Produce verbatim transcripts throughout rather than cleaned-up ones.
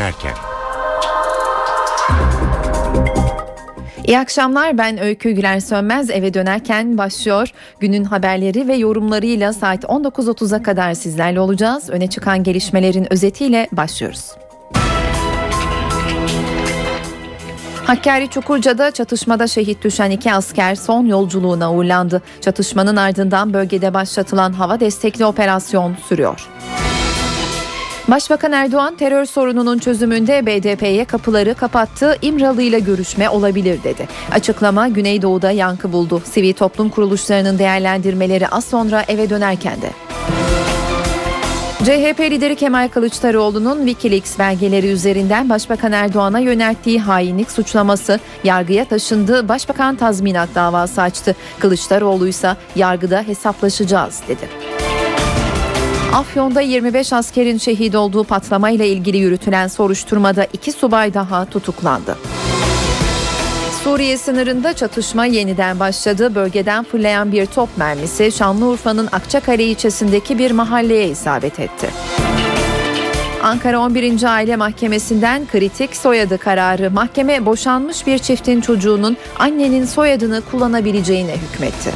dönerken. İyi akşamlar, ben Öykü Güler Sönmez. Eve dönerken başlıyor. Günün haberleri ve yorumlarıyla saat on dokuz otuza kadar sizlerle olacağız. Öne çıkan gelişmelerin özetiyle başlıyoruz. Hakkari Çukurca'da çatışmada şehit düşen iki asker son yolculuğuna uğurlandı. Çatışmanın ardından bölgede başlatılan hava destekli operasyon sürüyor. Başbakan Erdoğan terör sorununun çözümünde B D P'ye kapıları kapattı, İmralı ile görüşme olabilir dedi. Açıklama Güneydoğu'da yankı buldu. Sivil toplum kuruluşlarının değerlendirmeleri az sonra eve dönerken de. C H P lideri Kemal Kılıçdaroğlu'nun Wikileaks belgeleri üzerinden Başbakan Erdoğan'a yönelttiği hainlik suçlaması yargıya taşındı. Başbakan tazminat davası açtı. Kılıçdaroğlu ise yargıda hesaplaşacağız dedi. Afyon'da yirmi beş askerin şehit olduğu patlamayla ilgili yürütülen soruşturmada iki subay daha tutuklandı. Suriye sınırında çatışma yeniden başladı. Bölgeden fırlayan bir top mermisi Şanlıurfa'nın Akçakale ilçesindeki bir mahalleye isabet etti. Ankara on birinci Aile Mahkemesi'nden kritik soyadı kararı. Mahkeme boşanmış bir çiftin çocuğunun annenin soyadını kullanabileceğine hükmetti.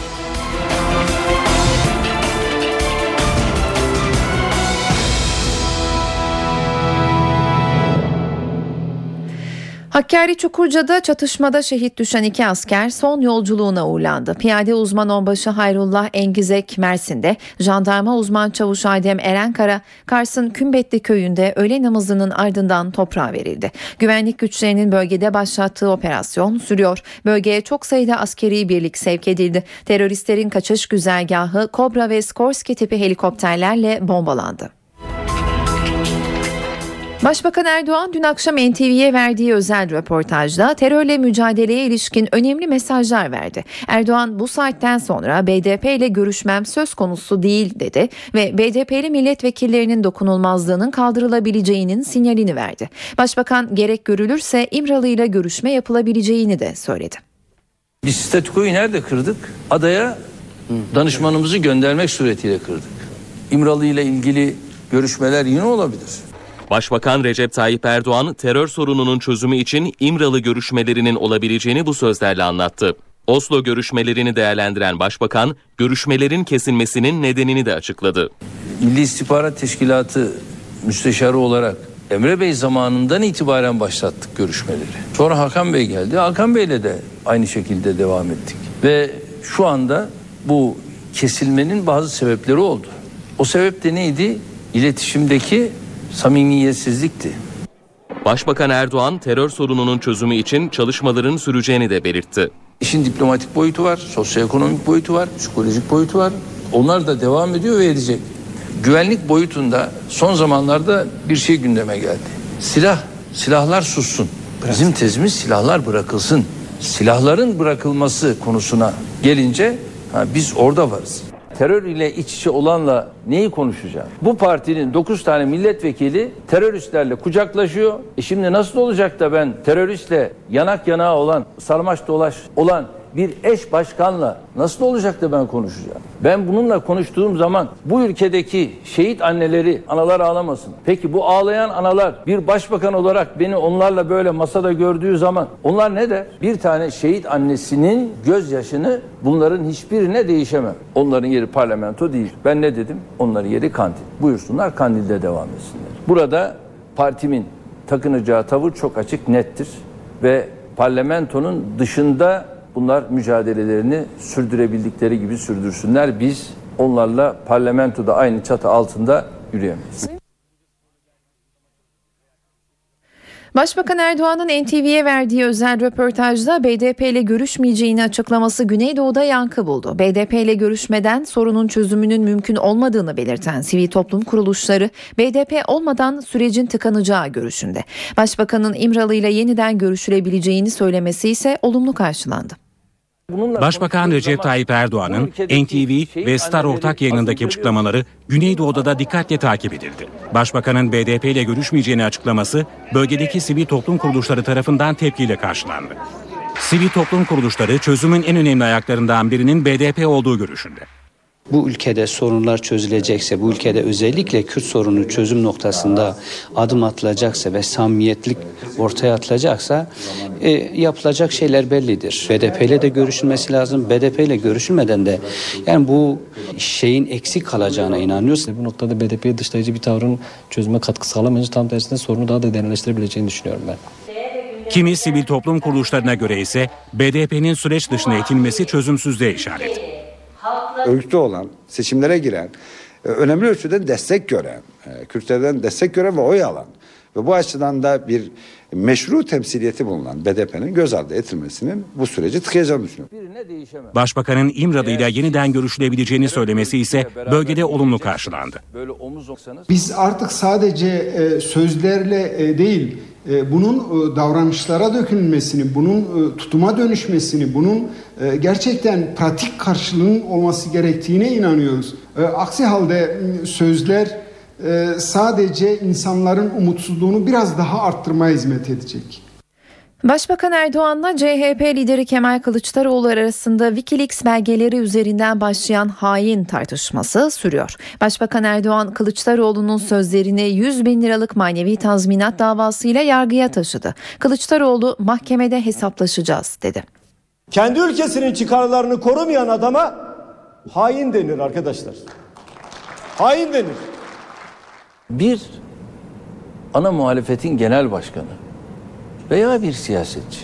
Hakkari Çukurca'da çatışmada şehit düşen iki asker son yolculuğuna uğurlandı. Piyade uzman onbaşı Hayrullah Engizek Mersin'de, jandarma uzman çavuş Adem Erenkara Kars'ın Kümbetli köyünde öğle namazının ardından toprağa verildi. Güvenlik güçlerinin bölgede başlattığı operasyon sürüyor. Bölgeye çok sayıda askeri birlik sevk edildi. Teröristlerin kaçış güzergahı Kobra ve Skorsky tipi helikopterlerle bombalandı. Başbakan Erdoğan dün akşam N T V'ye verdiği özel röportajda terörle mücadeleye ilişkin önemli mesajlar verdi. Erdoğan bu saatten sonra B D P ile görüşmem söz konusu değil dedi ve B D P'li milletvekillerinin dokunulmazlığının kaldırılabileceğinin sinyalini verdi. Başbakan gerek görülürse İmralı ile görüşme yapılabileceğini de söyledi. Biz statükoyu nerede kırdık? Adaya danışmanımızı göndermek suretiyle kırdık. İmralı ile ilgili görüşmeler yine olabilir. Başbakan Recep Tayyip Erdoğan terör sorununun çözümü için İmralı görüşmelerinin olabileceğini bu sözlerle anlattı. Oslo görüşmelerini değerlendiren Başbakan, görüşmelerin kesilmesinin nedenini de açıkladı. Milli İstihbarat Teşkilatı müsteşarı olarak Emre Bey zamanından itibaren başlattık görüşmeleri. Sonra Hakan Bey geldi. Hakan Bey'le de aynı şekilde devam ettik. Ve şu anda bu kesilmenin bazı sebepleri oldu. O sebep de neydi? İletişimdeki samimiyetsizlikti. Başbakan Erdoğan terör sorununun çözümü için çalışmaların süreceğini de belirtti. İşin diplomatik boyutu var, sosyoekonomik boyutu var, psikolojik boyutu var. Onlar da devam ediyor ve edecek. Güvenlik boyutunda son zamanlarda bir şey gündeme geldi. Silah, silahlar sussun. Bizim tezimiz silahlar bırakılsın. Silahların bırakılması konusuna gelince ha, biz orada varız. Terör ile iç içe olanla neyi konuşacağım? Bu partinin dokuz tane milletvekili teröristlerle kucaklaşıyor. E şimdi nasıl olacak da ben teröristle yanak yanağa olan, sarmaş dolaş olan bir eş başkanla nasıl olacak da ben konuşacağım? Ben bununla konuştuğum zaman bu ülkedeki şehit anneleri, analar ağlamasın. Peki bu ağlayan analar bir başbakan olarak beni onlarla böyle masada gördüğü zaman onlar ne der? Bir tane şehit annesinin gözyaşını bunların hiçbirine değişemem. Onların yeri parlamento değil. Ben ne dedim? Onların yeri Kandil. Buyursunlar Kandil'de devam etsinler. Burada partimin takınacağı tavır çok açık, nettir. Ve parlamentonun dışında bunlar mücadelelerini sürdürebildikleri gibi sürdürsünler. Biz onlarla parlamentoda aynı çatı altında yürüyemeyiz. Başbakan Erdoğan'ın N T V'ye verdiği özel röportajda B D P ile görüşmeyeceğini açıklaması Güneydoğu'da yankı buldu. B D P ile görüşmeden sorunun çözümünün mümkün olmadığını belirten sivil toplum kuruluşları B D P olmadan sürecin tıkanacağı görüşünde. Başbakanın İmralı ile yeniden görüşülebileceğini söylemesi ise olumlu karşılandı. Başbakan Recep Tayyip Erdoğan'ın N T V ve Star ortak yayınındaki açıklamaları Güneydoğu'da da dikkatle takip edildi. Başbakanın B D P ile görüşmeyeceğini açıklaması bölgedeki sivil toplum kuruluşları tarafından tepkiyle karşılandı. Sivil toplum kuruluşları çözümün en önemli ayaklarından birinin B D P olduğu görüşünde. Bu ülkede sorunlar çözülecekse, bu ülkede özellikle Kürt sorunu çözüm noktasında adım atılacaksa ve samimiyetlik ortaya atılacaksa e, yapılacak şeyler bellidir. B D P ile de görüşülmesi lazım. B D P ile görüşülmeden de yani bu şeyin eksik kalacağına inanıyoruz. Bu noktada B D P'ye dışlayıcı bir tavrın çözüme katkı sağlamayınca tam tersine sorunu daha da derinleştirebileceğini düşünüyorum ben. Kimi sivil toplum kuruluşlarına göre ise B D P'nin süreç dışına itilmesi çözümsüzlüğe işaret. Örgütlü olan, seçimlere giren, önemli ölçüde destek gören, Kürtlerden destek gören ve oy alan ve bu açıdan da bir meşru temsiliyeti bulunan B D P'nin göz ardı edilmesinin bu süreci tıkayacağını düşünüyorum. Başbakanın İmralı ile yeniden görüşülebileceğini söylemesi ise bölgede olumlu karşılandı. Biz artık sadece sözlerle değil, bunun davranışlara dökülmesini, bunun tutuma dönüşmesini, bunun gerçekten pratik karşılığının olması gerektiğine inanıyoruz. Aksi halde sözler sadece insanların umutsuzluğunu biraz daha arttırmaya hizmet edecek. Başbakan Erdoğan'la C H P lideri Kemal Kılıçdaroğlu arasında Wikileaks belgeleri üzerinden başlayan hain tartışması sürüyor. Başbakan Erdoğan, Kılıçdaroğlu'nun sözlerini yüz bin liralık manevi tazminat davasıyla yargıya taşıdı. Kılıçdaroğlu, mahkemede hesaplaşacağız dedi. Kendi ülkesinin çıkarlarını korumayan adama hain denir arkadaşlar. Hain denir. Bir ana muhalefetin genel başkanı veya bir siyasetçi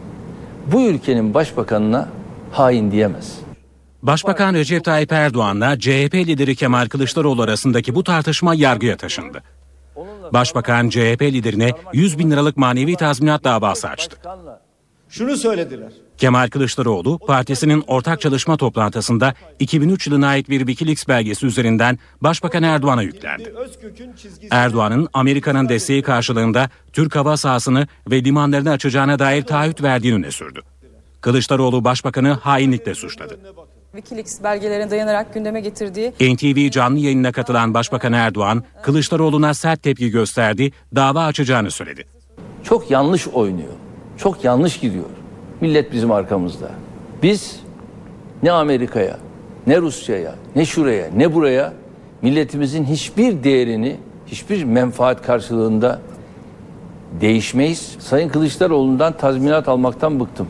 bu ülkenin başbakanına hain diyemez. Başbakan Recep Tayyip Erdoğan'la C H P lideri Kemal Kılıçdaroğlu arasındaki bu tartışma yargıya taşındı. Başbakan C H P liderine yüz bin liralık manevi tazminat davası açtı. Şunu söylediler. Kemal Kılıçdaroğlu, partisinin ortak çalışma toplantısında iki bin üç yılına ait bir Wikileaks belgesi üzerinden Başbakan Erdoğan'a yüklendi. Erdoğan'ın Amerika'nın desteği karşılığında Türk hava sahasını ve limanlarını açacağına dair taahhüt verdiğini öne sürdü. Kılıçdaroğlu Başbakan'ı hainlikle suçladı. Wikileaks belgelerine dayanarak gündeme getirdiği N T V canlı yayınına katılan Başbakan Erdoğan, Kılıçdaroğlu'na sert tepki gösterdi, dava açacağını söyledi. Çok yanlış oynuyor. Çok yanlış gidiyor. Millet bizim arkamızda. Biz ne Amerika'ya, ne Rusya'ya, ne şuraya, ne buraya milletimizin hiçbir değerini, hiçbir menfaat karşılığında değişmeyiz. Sayın Kılıçdaroğlu'ndan tazminat almaktan bıktım.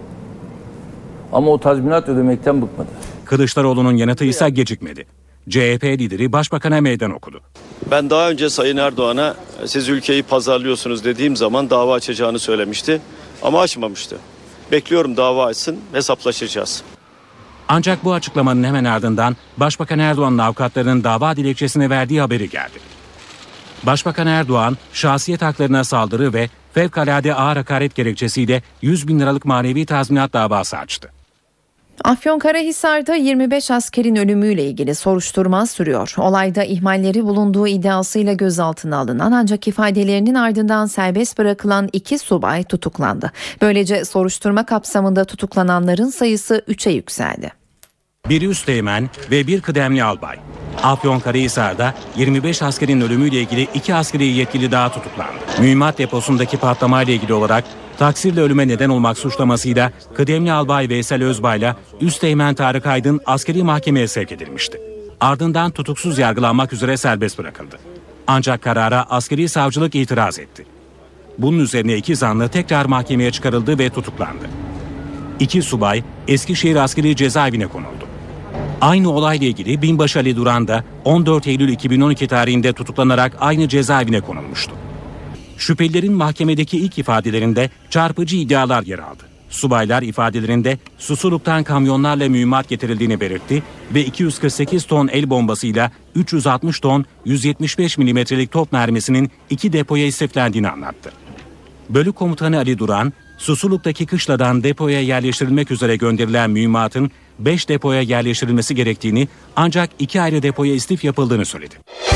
Ama o tazminat ödemekten bıkmadı. Kılıçdaroğlu'nun yanıtı ise gecikmedi. C H P lideri Başbakan'a meydan okudu. Ben daha önce Sayın Erdoğan'a siz ülkeyi pazarlıyorsunuz dediğim zaman dava açacağını söylemişti. Ama açmamıştı. Bekliyorum dava açsın, hesaplaşacağız. Ancak bu açıklamanın hemen ardından Başbakan Erdoğan'ın avukatlarının dava dilekçesine verdiği haberi geldi. Başbakan Erdoğan, şahsiyet haklarına saldırı ve fevkalade ağır hakaret gerekçesiyle yüz bin liralık manevi tazminat davası açtı. Afyonkarahisar'da yirmi beş askerin ölümüyle ilgili soruşturma sürüyor. Olayda ihmalleri bulunduğu iddiasıyla gözaltına alınan ancak ifadelerinin ardından serbest bırakılan iki subay tutuklandı. Böylece soruşturma kapsamında tutuklananların sayısı üçe yükseldi. Bir üsteğmen ve bir kıdemli albay. Afyonkarahisar'da yirmi beş askerin ölümüyle ilgili iki askeri yetkili daha tutuklandı. Mühimmat deposundaki patlamayla ilgili olarak taksirle ölüme neden olmak suçlamasıyla kıdemli albay Veysel Özbay'la üsteğmen Tarık Aydın askeri mahkemeye sevk edilmişti. Ardından tutuksuz yargılanmak üzere serbest bırakıldı. Ancak karara askeri savcılık itiraz etti. Bunun üzerine iki zanlı tekrar mahkemeye çıkarıldı ve tutuklandı. İki subay Eskişehir Askeri Cezaevine konuldu. Aynı olayla ilgili Binbaşı Ali Duran da on dört Eylül iki bin on iki tarihinde tutuklanarak aynı cezaevine konulmuştu. Şüphelilerin mahkemedeki ilk ifadelerinde çarpıcı iddialar yer aldı. Subaylar ifadelerinde Susurluk'tan kamyonlarla mühimmat getirildiğini belirtti ve iki yüz kırk sekiz ton el bombasıyla üç yüz altmış ton yüz yetmiş beş milimetrelik top mermisinin iki depoya istiflendiğini anlattı. Bölük komutanı Ali Duran, Susurluk'taki kışladan depoya yerleştirilmek üzere gönderilen mühimmatın beş depoya yerleştirilmesi gerektiğini ancak iki ayrı depoya istif yapıldığını söyledi.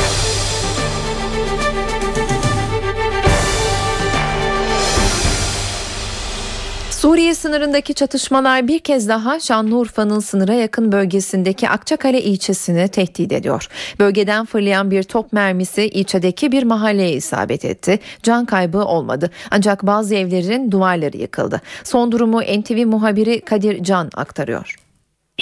Suriye sınırındaki çatışmalar bir kez daha Şanlıurfa'nın sınıra yakın bölgesindeki Akçakale ilçesini tehdit ediyor. Bölgeden fırlayan bir top mermisi ilçedeki bir mahalleye isabet etti. Can kaybı olmadı. Ancak bazı evlerin duvarları yıkıldı. Son durumu N T V muhabiri Kadir Can aktarıyor.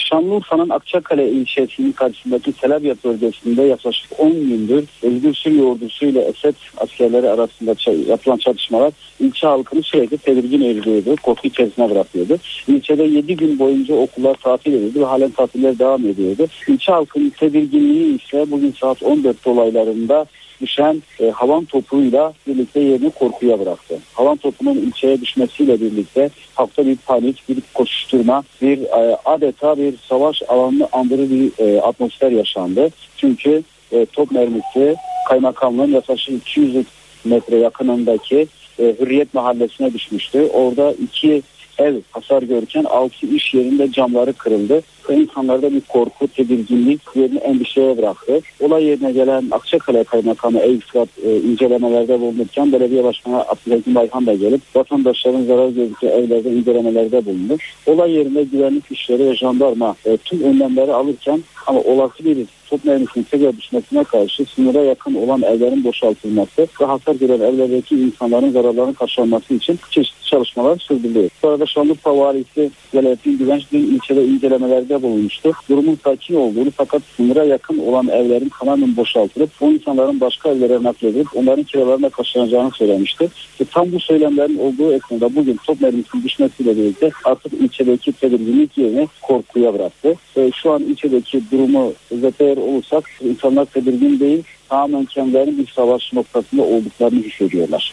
Şanlıurfa'nın Akçakale ilçesinin karşısındaki Selabiya bölgesinde yaklaşık on gündür Özgür Suriye ordusuyla Esed askerleri arasında yapılan çatışmalar ilçe halkını sürekli tedirgin ediyordu, korku içerisine bırakıyordu. İlçede yedi gün boyunca okullar tatil edildi ve halen tatiller devam ediyordu. İlçe halkının tedirginliği ise bugün saat on dört olaylarında düşen e, havan topuyla birlikte yerini korkuya bıraktı. Havan topunun ilçeye düşmesiyle birlikte halkta bir panik, bir koşuşturma, bir e, adeta bir savaş alanını andırı bir e, atmosfer yaşandı. Çünkü e, top mermisi kaymakamlığın yaklaşık iki yüz metre yakınındaki e, Hürriyet Mahallesi'ne düşmüştü. Orada iki ev hasar görürken altı iş yerinde camları kırıldı. Ve insanlarda bir korku, tedirginlik yerini endişeye bıraktı. Olay yerine gelen Akçakale Kaymakamı Eyüp Fırat e, incelemelerde bulunurken Belediye Başkanı Abdülhakim Bayhan da gelip vatandaşların zarar gördüğü evlerde incelemelerde bulundu. Olay yerine güvenlik güçleri ve jandarma e, tüm önlemleri alırken ama olası bir top mermisinin tekrar düşmesine karşı sınıra yakın olan evlerin boşaltılması ve hasar gören evlerdeki insanların zararlarının karşılanması için çeşitli çalışmalar sürdürülüyor. Bu arada Şanlıurfa Valisi Selahattin Güvenç dün ilçede incelemelerde bulunmuştu. Durumun sakin olduğunu fakat sınıra yakın olan evlerin tamamen boşaltılıp o insanların başka evlere nakledilip onların kiralarına karşılanacağını söylemişti. Ve tam bu söylemlerin olduğu esnada bugün top mermisinin düşmesiyle birlikte artık ilçedeki tedirginlik yerini korkuya bıraktı. Ve şu an ilçedeki durumu özetler olursak insanlar tedirgin değil, tamamen kendilerinin bir savaş noktasında olduklarını hissediyorlar.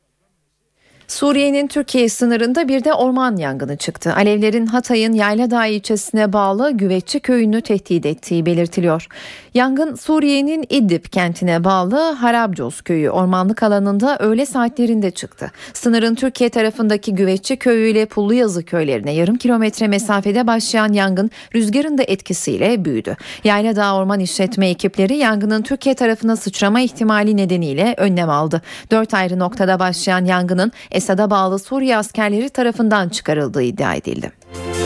Suriye'nin Türkiye sınırında bir de orman yangını çıktı. Alevlerin Hatay'ın Yayladağ ilçesine bağlı Güveççi köyünü tehdit ettiği belirtiliyor. Yangın Suriye'nin İdlib kentine bağlı Harabcos köyü ormanlık alanında öğle saatlerinde çıktı. Sınırın Türkiye tarafındaki Güveççi köyü ile Pulluyazı köylerine yarım kilometre mesafede başlayan yangın rüzgarın da etkisiyle büyüdü. Yayladağ Orman İşletme ekipleri yangının Türkiye tarafına sıçrama ihtimali nedeniyle önlem aldı. Dört ayrı noktada başlayan yangının Esad'a bağlı Suriye askerleri tarafından çıkarıldığı iddia edildi.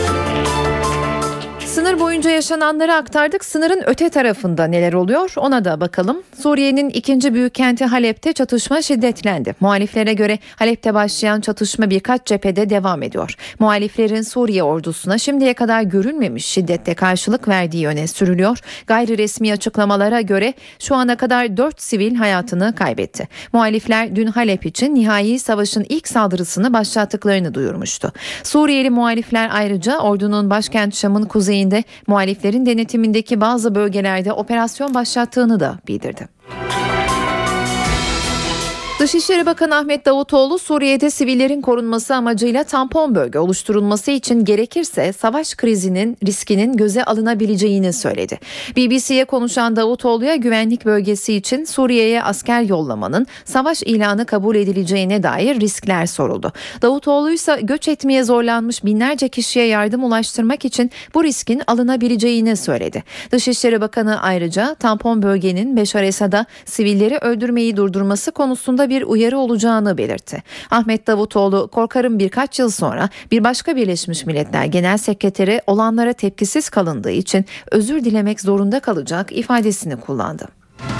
Sınır boyunca yaşananları aktardık. Sınırın öte tarafında neler oluyor ona da bakalım. Suriye'nin ikinci büyük kenti Halep'te çatışma şiddetlendi. Muhaliflere göre Halep'te başlayan çatışma birkaç cephede devam ediyor. Muhaliflerin Suriye ordusuna şimdiye kadar görülmemiş şiddette karşılık verdiği öne sürülüyor. Gayri resmi açıklamalara göre şu ana kadar dört sivil hayatını kaybetti. Muhalifler dün Halep için nihai savaşın ilk saldırısını başlattıklarını duyurmuştu. Suriyeli muhalifler ayrıca ordunun başkent Şam'ın kuzeyinde muhaliflerin denetimindeki bazı bölgelerde operasyon başlattığını da bildirdi. Dışişleri Bakanı Ahmet Davutoğlu, Suriye'de sivillerin korunması amacıyla tampon bölge oluşturulması için gerekirse savaş krizinin riskinin göze alınabileceğini söyledi. B B C'ye konuşan Davutoğlu'ya güvenlik bölgesi için Suriye'ye asker yollamanın savaş ilanı kabul edileceğine dair riskler soruldu. Davutoğlu ise göç etmeye zorlanmış binlerce kişiye yardım ulaştırmak için bu riskin alınabileceğini söyledi. Dışişleri Bakanı ayrıca tampon bölgenin Beşar Esad'a sivilleri öldürmeyi durdurması konusunda bir uyarı olacağını belirtti. Ahmet Davutoğlu, korkarım birkaç yıl sonra bir başka Birleşmiş Milletler Genel Sekreteri olanlara tepkisiz kalındığı için özür dilemek zorunda kalacak ifadesini kullandı.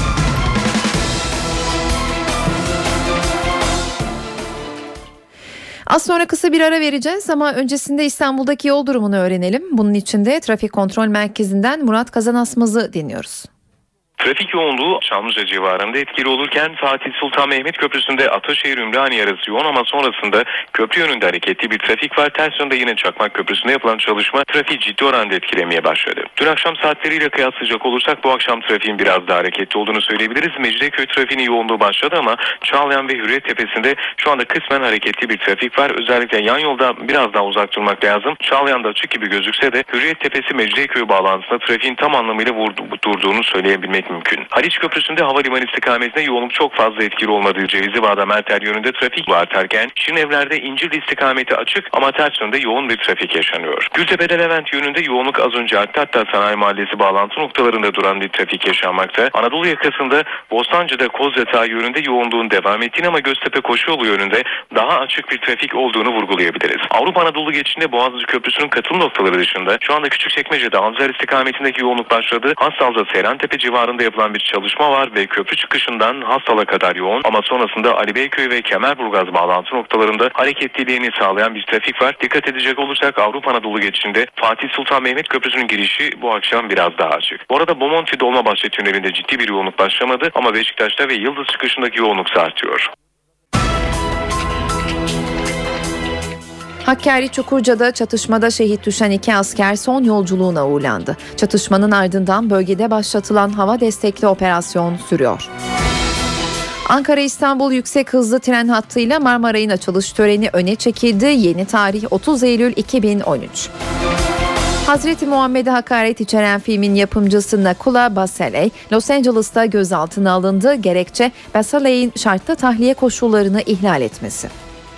Az sonra kısa bir ara vereceğiz ama öncesinde İstanbul'daki yol durumunu öğrenelim. Bunun için de Trafik Kontrol Merkezi'nden Murat Kazanasmaz'ı dinliyoruz. Trafik yoğunluğu Çamlıca civarında etkili olurken Fatih Sultan Mehmet Köprüsü'nde Ataşehir Ümraniye arası yoğun ama sonrasında köprü yönünde hareketli bir trafik var. Ters yönde yine Çakmak Köprüsü'nde yapılan çalışma trafiği ciddi oranda etkilemeye başladı. Dün akşam saatleriyle kıyaslayacak olursak bu akşam trafiğin biraz daha hareketli olduğunu söyleyebiliriz. Mecidiyeköy trafiğinin yoğunluğu başladı ama Çağlayan ve Hürriyet Tepesi'nde şu anda kısmen hareketli bir trafik var. Özellikle yan yolda biraz daha uzak durmak lazım. Çağlayan'da açık gibi gözükse de Hürriyet Tepesi Mecidiyeköy bağlantısında trafiğin tam anlamıyla vurdu, durduğunu söyleyebilmek mümkün. Haliç Köprüsü'nde havalimanı istikametinde yoğunluk çok fazla etkili olmadığı Cevizli Bağ'da Melter yönünde trafik artarken Şirinevler'de İncirli istikameti açık ama ters yönde yoğun bir trafik yaşanıyor. Gültepe'de Levent yönünde yoğunluk az önce arttı, hatta Sanayi Mahallesi bağlantı noktalarında duran bir trafik yaşanmakta. Anadolu yakasında Bostancı'da Kozyatağı yönünde yoğunluğun devam ettiğini ama Göztepe Koşuyolu yönünde daha açık bir trafik olduğunu vurgulayabiliriz. Avrupa Anadolu geçişinde Boğaziçi Köprüsü'nün katılım noktaları dışında şu anda Küçükçekmece'de Avcılar istikametindeki yoğunluk başladı. Hassal'da Seyrantepe civarında yanında yapılan bir çalışma var ve köprü çıkışından Hastal'a kadar yoğun ama sonrasında Ali Beyköy ve Kemerburgaz bağlantı noktalarında hareketliliğini sağlayan bir trafik var. Dikkat edecek olursak Avrupa Anadolu geçişinde Fatih Sultan Mehmet Köprüsü'nün girişi bu akşam biraz daha açık. Bu arada Bomonti Dolmabahçe tünelinde ciddi bir yoğunluk başlamadı ama Beşiktaş'ta ve Yıldız çıkışındaki yoğunluk artıyor. Hakkari Çukurca'da çatışmada şehit düşen iki asker son yolculuğuna uğurlandı. Çatışmanın ardından bölgede başlatılan hava destekli operasyon sürüyor. Ankara-İstanbul yüksek hızlı tren hattıyla Marmaray'ın açılış töreni öne çekildi. Yeni tarih otuz Eylül iki bin on üç. Hazreti Muhammed'e hakaret içeren filmin yapımcısı Nakula Baseley, Los Angeles'ta gözaltına alındı. Gerekçe Baseley'in şartlı tahliye koşullarını ihlal etmesi.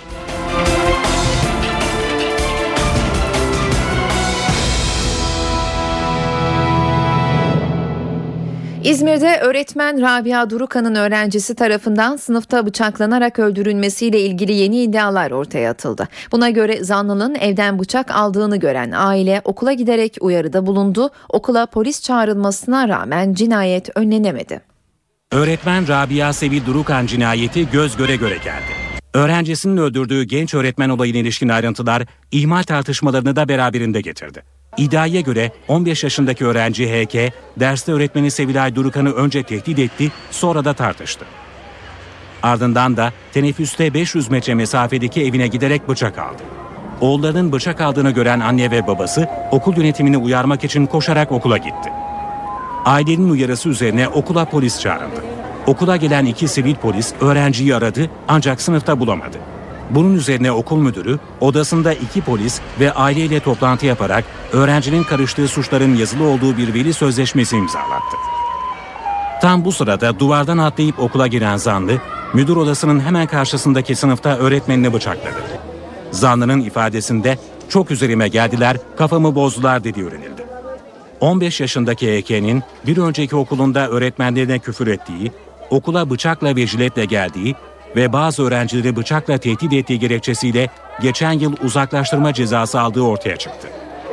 İzmir'de öğretmen Rabia Durukan'ın öğrencisi tarafından sınıfta bıçaklanarak öldürülmesiyle ilgili yeni iddialar ortaya atıldı. Buna göre zanlının evden bıçak aldığını gören aile okula giderek uyarıda bulundu. Okula polis çağrılmasına rağmen cinayet önlenemedi. Öğretmen Rabia Sevil Durukan cinayeti göz göre göre geldi. Öğrencisinin öldürdüğü genç öğretmen olayına ilişkin ayrıntılar ihmal tartışmalarını da beraberinde getirdi. İddiaya göre on beş yaşındaki öğrenci H K, derste öğretmeni Sevilay Durukan'ı önce tehdit etti, sonra da tartıştı. Ardından da teneffüste beş yüz metre mesafedeki evine giderek bıçak aldı. Oğullarının bıçak aldığını gören anne ve babası okul yönetimini uyarmak için koşarak okula gitti. Ailenin uyarısı üzerine okula polis çağrıldı. Okula gelen iki sivil polis öğrenciyi aradı ancak sınıfta bulamadı. Bunun üzerine okul müdürü odasında iki polis ve aileyle toplantı yaparak öğrencinin karıştığı suçların yazılı olduğu bir veli sözleşmesi imzalattı. Tam bu sırada duvardan atlayıp okula giren zanlı, müdür odasının hemen karşısındaki sınıfta öğretmenini bıçakladı. Zanlının ifadesinde çok üzerime geldiler, kafamı bozdular dediği öğrenildi. on beş yaşındaki H K'nin bir önceki okulunda öğretmenlerine küfür ettiği, okula bıçakla ve jiletle geldiği ve bazı öğrencileri bıçakla tehdit ettiği gerekçesiyle geçen yıl uzaklaştırma cezası aldığı ortaya çıktı.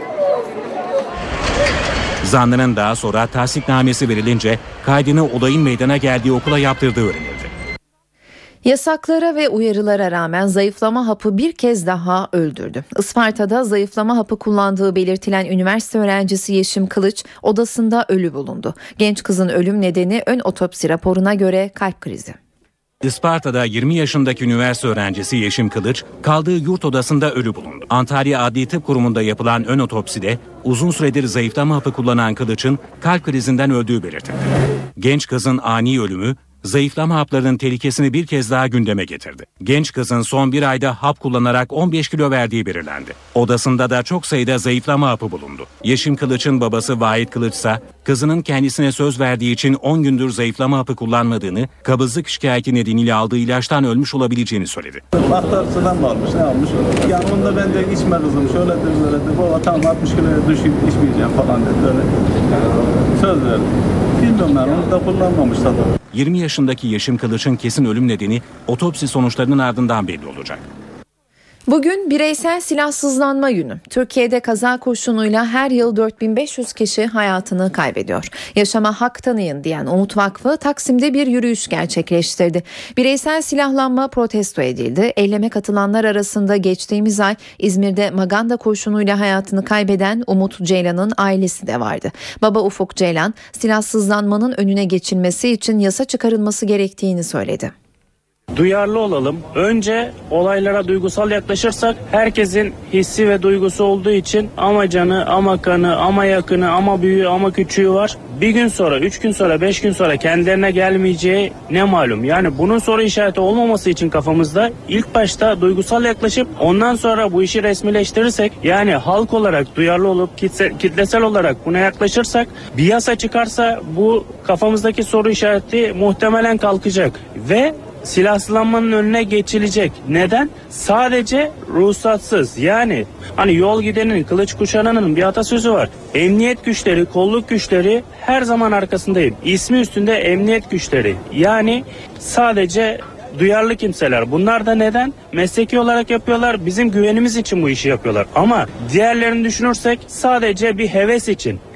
Zanlının daha sonra tasdiknamesi verilince kaydını olayın meydana geldiği okula yaptırdığı öğrenildi. Yasaklara ve uyarılara rağmen zayıflama hapı bir kez daha öldürdü. Isparta'da zayıflama hapı kullandığı belirtilen üniversite öğrencisi Yeşim Kılıç odasında ölü bulundu. Genç kızın ölüm nedeni ön otopsi raporuna göre kalp krizi. Isparta'da yirmi yaşındaki üniversite öğrencisi Yeşim Kılıç kaldığı yurt odasında ölü bulundu. Antalya Adli Tıp Kurumu'nda yapılan ön otopside uzun süredir zayıflama hapı kullanan Kılıç'ın kalp krizinden öldüğü belirtildi. Genç kızın ani ölümü zayıflama haplarının tehlikesini bir kez daha gündeme getirdi. Genç kızın son bir ayda hap kullanarak on beş kilo verdiği belirlendi. Odasında da çok sayıda zayıflama hapı bulundu. Yeşim Kılıç'ın babası Vahit Kılıç ise kızının kendisine söz verdiği için on gündür zayıflama hapı kullanmadığını, kabızlık şikayeti nedeniyle aldığı ilaçtan ölmüş olabileceğini söyledi. Aktarsudan mı almış, ne almış? Yanımda ben de içme kızım, şöyledir böyledir. Baba tamam altmış kiloya düşüp içmeyeceğim falan dedi. Öyle söz verdi. Bilmiyorum ben onu da kullanmamış tabii. yirmi yaşındaki Yeşim Kılıç'ın kesin ölüm nedeni otopsi sonuçlarının ardından belli olacak. Bugün bireysel silahsızlanma günü. Türkiye'de kaza kurşunuyla her yıl dört bin beş yüz kişi hayatını kaybediyor. Yaşama hak tanıyın diyen Umut Vakfı Taksim'de bir yürüyüş gerçekleştirdi. Bireysel silahlanma protesto edildi. Eyleme katılanlar arasında geçtiğimiz ay İzmir'de maganda kurşunuyla hayatını kaybeden Umut Ceylan'ın ailesi de vardı. Baba Ufuk Ceylan, silahsızlanmanın önüne geçilmesi için yasa çıkarılması gerektiğini söyledi. Duyarlı olalım. Önce olaylara duygusal yaklaşırsak herkesin hissi ve duygusu olduğu için ama canı, ama kanı, ama yakını, ama büyüğü, ama küçüğü var. Bir gün sonra, üç gün sonra, beş gün sonra kendilerine gelmeyeceği ne malum. Yani bunun soru işareti olmaması için kafamızda ilk başta duygusal yaklaşıp ondan sonra bu işi resmileştirirsek, yani halk olarak duyarlı olup kitle, kitlesel olarak buna yaklaşırsak, bir yasa çıkarsa bu kafamızdaki soru işareti muhtemelen kalkacak ve silahsızlanmanın önüne geçilecek. Neden? Sadece ruhsatsız, yani hani yol gidenin kılıç kuşananın bir atasözü var. Emniyet güçleri, kolluk güçleri her zaman arkasındayım. İsmi üstünde emniyet güçleri. Yani sadece duyarlı kimseler. Bunlar da neden? Mesleki olarak yapıyorlar. Bizim güvenimiz için bu işi yapıyorlar. Ama diğerlerini düşünürsek sadece bir heves için.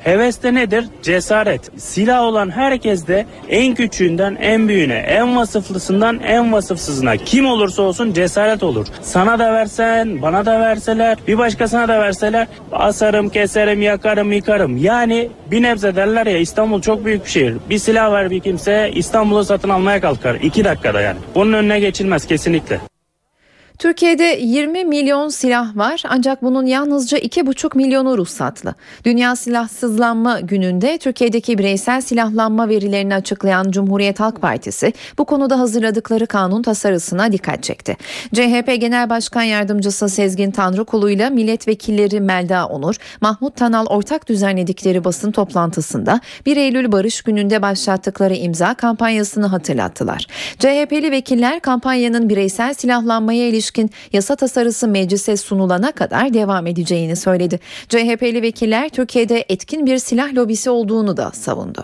Heves de nedir? Cesaret. Silah olan herkes de en küçüğünden en büyüğüne, en vasıflısından en vasıfsızına kim olursa olsun cesaret olur. Sana da versen, bana da verseler, bir başkasına da verseler asarım, keserim, yakarım, yıkarım. Yani bir nebze derler ya, İstanbul çok büyük bir şehir. Bir silah ver bir kimseye, İstanbul'u satın almaya kalkar. iki dakikada yani. Bunun önüne geçilmez kesinlikle. Türkiye'de yirmi milyon silah var ancak bunun yalnızca iki buçuk milyonu ruhsatlı. Dünya Silahsızlanma Günü'nde Türkiye'deki bireysel silahlanma verilerini açıklayan Cumhuriyet Halk Partisi bu konuda hazırladıkları kanun tasarısına dikkat çekti. C H P Genel Başkan Yardımcısı Sezgin Tanrıkulu ile milletvekilleri Melda Onur, Mahmut Tanal ortak düzenledikleri basın toplantısında bir Eylül Barış Günü'nde başlattıkları imza kampanyasını hatırlattılar. C H P'li vekiller kampanyanın bireysel silahlanmaya ilişkin yasa tasarısı meclise sunulana kadar devam edeceğini söyledi. C H P'li vekiller Türkiye'de etkin bir silah lobisi olduğunu da savundu.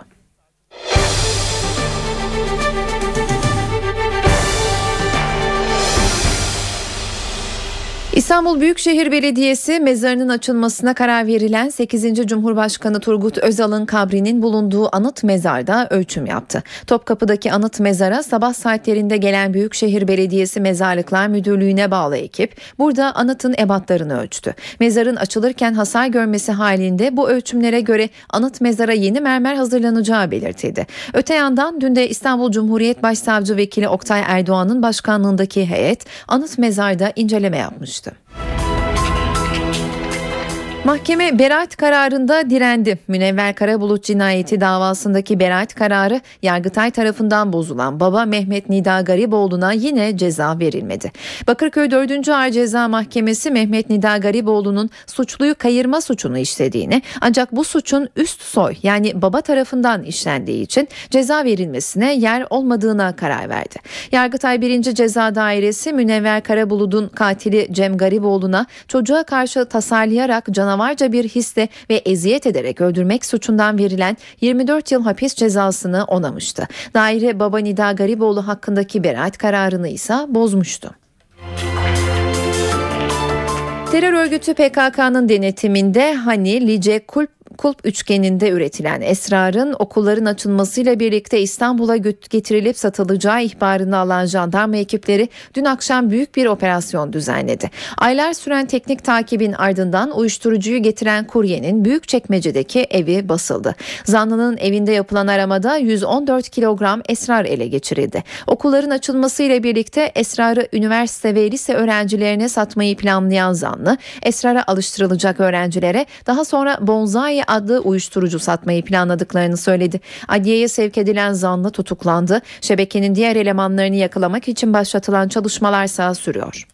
İstanbul Büyükşehir Belediyesi mezarının açılmasına karar verilen sekizinci Cumhurbaşkanı Turgut Özal'ın kabrinin bulunduğu anıt mezarda ölçüm yaptı. Topkapı'daki anıt mezara sabah saatlerinde gelen Büyükşehir Belediyesi Mezarlıklar Müdürlüğü'ne bağlı ekip burada anıtın ebatlarını ölçtü. Mezarın açılırken hasar görmesi halinde bu ölçümlere göre anıt mezara yeni mermer hazırlanacağı belirtildi. Öte yandan dün de İstanbul Cumhuriyet Başsavcı Vekili Oktay Erdoğan'ın başkanlığındaki heyet anıt mezarda inceleme yapmıştı. Mahkeme beraat kararında direndi. Münevver Karabulut cinayeti davasındaki beraat kararı Yargıtay tarafından bozulan baba Mehmet Nida Gariboğlu'na yine ceza verilmedi. Bakırköy dördüncü Ağır Ceza Mahkemesi Mehmet Nida Gariboğlu'nun suçluyu kayırma suçunu işlediğini ancak bu suçun üst soy yani baba tarafından işlendiği için ceza verilmesine yer olmadığına karar verdi. Yargıtay birinci Ceza Dairesi Münevver Karabulut'un katili Cem Gariboğlu'na çocuğa karşı tasarlayarak canavar Varca bir hisle ve eziyet ederek öldürmek suçundan verilen yirmi dört yıl hapis cezasını onamıştı. Daire baba Nida Gariboğlu hakkındaki beraat kararını ise bozmuştu. Terör örgütü P K K'nın denetiminde Hani, Lice, Kulp Kulp üçgeninde üretilen esrarın okulların açılmasıyla birlikte İstanbul'a getirilip satılacağı ihbarını alan jandarma ekipleri dün akşam büyük bir operasyon düzenledi. Aylar süren teknik takibin ardından uyuşturucuyu getiren kuryenin Büyükçekmece'deki evi basıldı. Zanlının evinde yapılan aramada yüz on dört kilogram esrar ele geçirildi. Okulların açılmasıyla birlikte esrarı üniversite ve lise öğrencilerine satmayı planlayan zanlı, esrara alıştırılacak öğrencilere daha sonra bonzai adlı uyuşturucu satmayı planladıklarını söyledi. Adliyeye sevk edilen zanlı tutuklandı. Şebekenin diğer elemanlarını yakalamak için başlatılan çalışmalarsa sürüyor.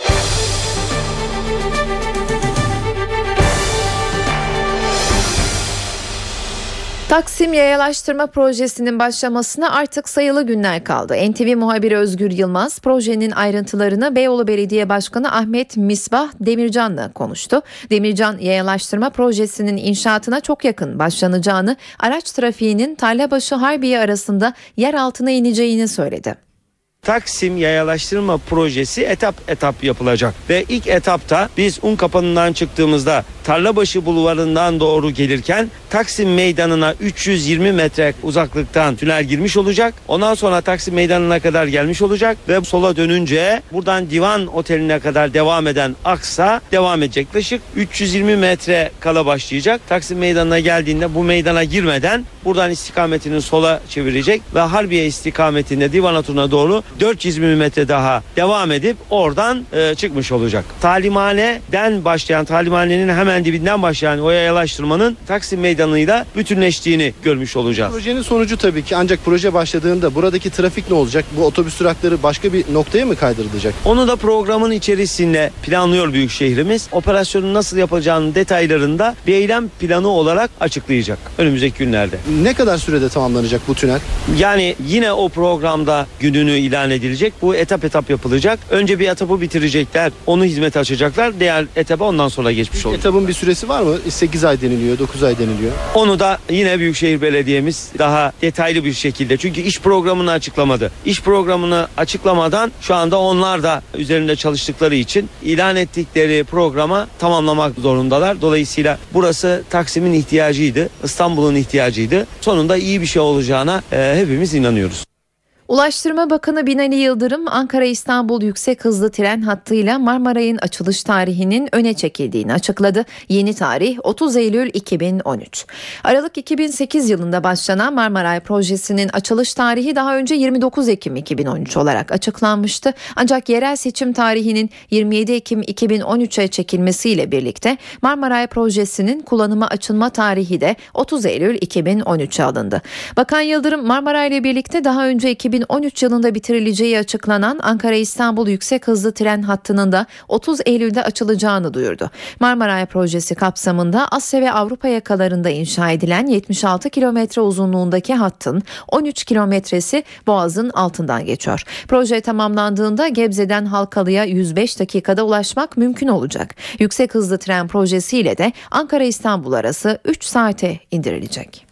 Taksim Yayalaştırma Projesi'nin başlamasına artık sayılı günler kaldı. N T V muhabiri Özgür Yılmaz, projenin ayrıntılarını Beyoğlu Belediye Başkanı Ahmet Misbah Demircan'la konuştu. Demircan, yayalaştırma projesinin inşaatına çok yakın başlanacağını, araç trafiğinin Tarlabaşı Harbiye arasında yer altına ineceğini söyledi. Taksim Yayalaştırma Projesi etap etap yapılacak ve ilk etapta biz Unkapanı'ndan çıktığımızda Tarlabaşı Bulvarı'ndan doğru gelirken Taksim Meydanı'na üç yüz yirmi metre uzaklıktan tünel girmiş olacak. Ondan sonra Taksim Meydanı'na kadar gelmiş olacak ve sola dönünce buradan Divan Oteli'ne kadar devam eden aksa devam edecek. Yaklaşık üç yüz yirmi metre kala başlayacak. Taksim Meydanı'na geldiğinde bu meydana girmeden buradan istikametini sola çevirecek ve Harbiye istikametinde Divan Oteli'ne doğru dört yüz yirmi metre daha devam edip oradan e, çıkmış olacak. Talimhaneden başlayan, talimhanenin hemen dibinden başlayan o yayalaştırmanın Taksim Meydanı'yla bütünleştiğini görmüş olacağız. Projenin sonucu tabii ki, ancak proje başladığında buradaki trafik ne olacak? Bu otobüs durakları başka bir noktaya mı kaydırılacak? Onu da programın içerisinde planlıyor Büyükşehirimiz. Operasyonun nasıl yapacağının detaylarında bir eylem planı olarak açıklayacak önümüzdeki günlerde. Ne kadar sürede tamamlanacak bu tünel? Yani yine o programda gününü ilan edilecek. Bu etap etap yapılacak. Önce bir etapı bitirecekler. Onu hizmete açacaklar. Diğer etaba ondan sonra geçmiş olacak. Etabın bir süresi var mı? sekiz ay deniliyor, dokuz ay deniliyor. Onu da yine Büyükşehir Belediye'miz daha detaylı bir şekilde. Çünkü iş programını açıklamadı. İş programını açıklamadan şu anda onlar da üzerinde çalıştıkları için ilan ettikleri programa tamamlamak zorundalar. Dolayısıyla burası Taksim'in ihtiyacıydı. İstanbul'un ihtiyacıydı. Sonunda iyi bir şey olacağına e, hepimiz inanıyoruz. Ulaştırma Bakanı Binali Yıldırım, Ankara-İstanbul yüksek hızlı tren hattıyla Marmaray'ın açılış tarihinin öne çekildiğini açıkladı. Yeni tarih otuz Eylül iki bin on üç. Aralık iki bin sekiz yılında başlanan Marmaray projesinin açılış tarihi daha önce yirmi dokuz Ekim iki bin on üç olarak açıklanmıştı. Ancak yerel seçim tarihinin yirmi yedi Ekim iki bin on üçe çekilmesiyle birlikte Marmaray projesinin kullanıma açılma tarihi de otuz Eylül iki bin on üçe alındı. Bakan Yıldırım, Marmaray ile birlikte daha önce iki bin on üç yılında bitirileceği açıklanan Ankara-İstanbul yüksek hızlı tren hattının da otuz Eylül'de açılacağını duyurdu. Marmaray projesi kapsamında Asya ve Avrupa yakalarında inşa edilen yetmiş altı kilometre uzunluğundaki hattın on üç kilometresi Boğaz'ın altından geçiyor. Proje tamamlandığında Gebze'den Halkalı'ya yüz beş dakikada ulaşmak mümkün olacak. Yüksek hızlı tren projesiyle de Ankara-İstanbul arası üç saate indirilecek.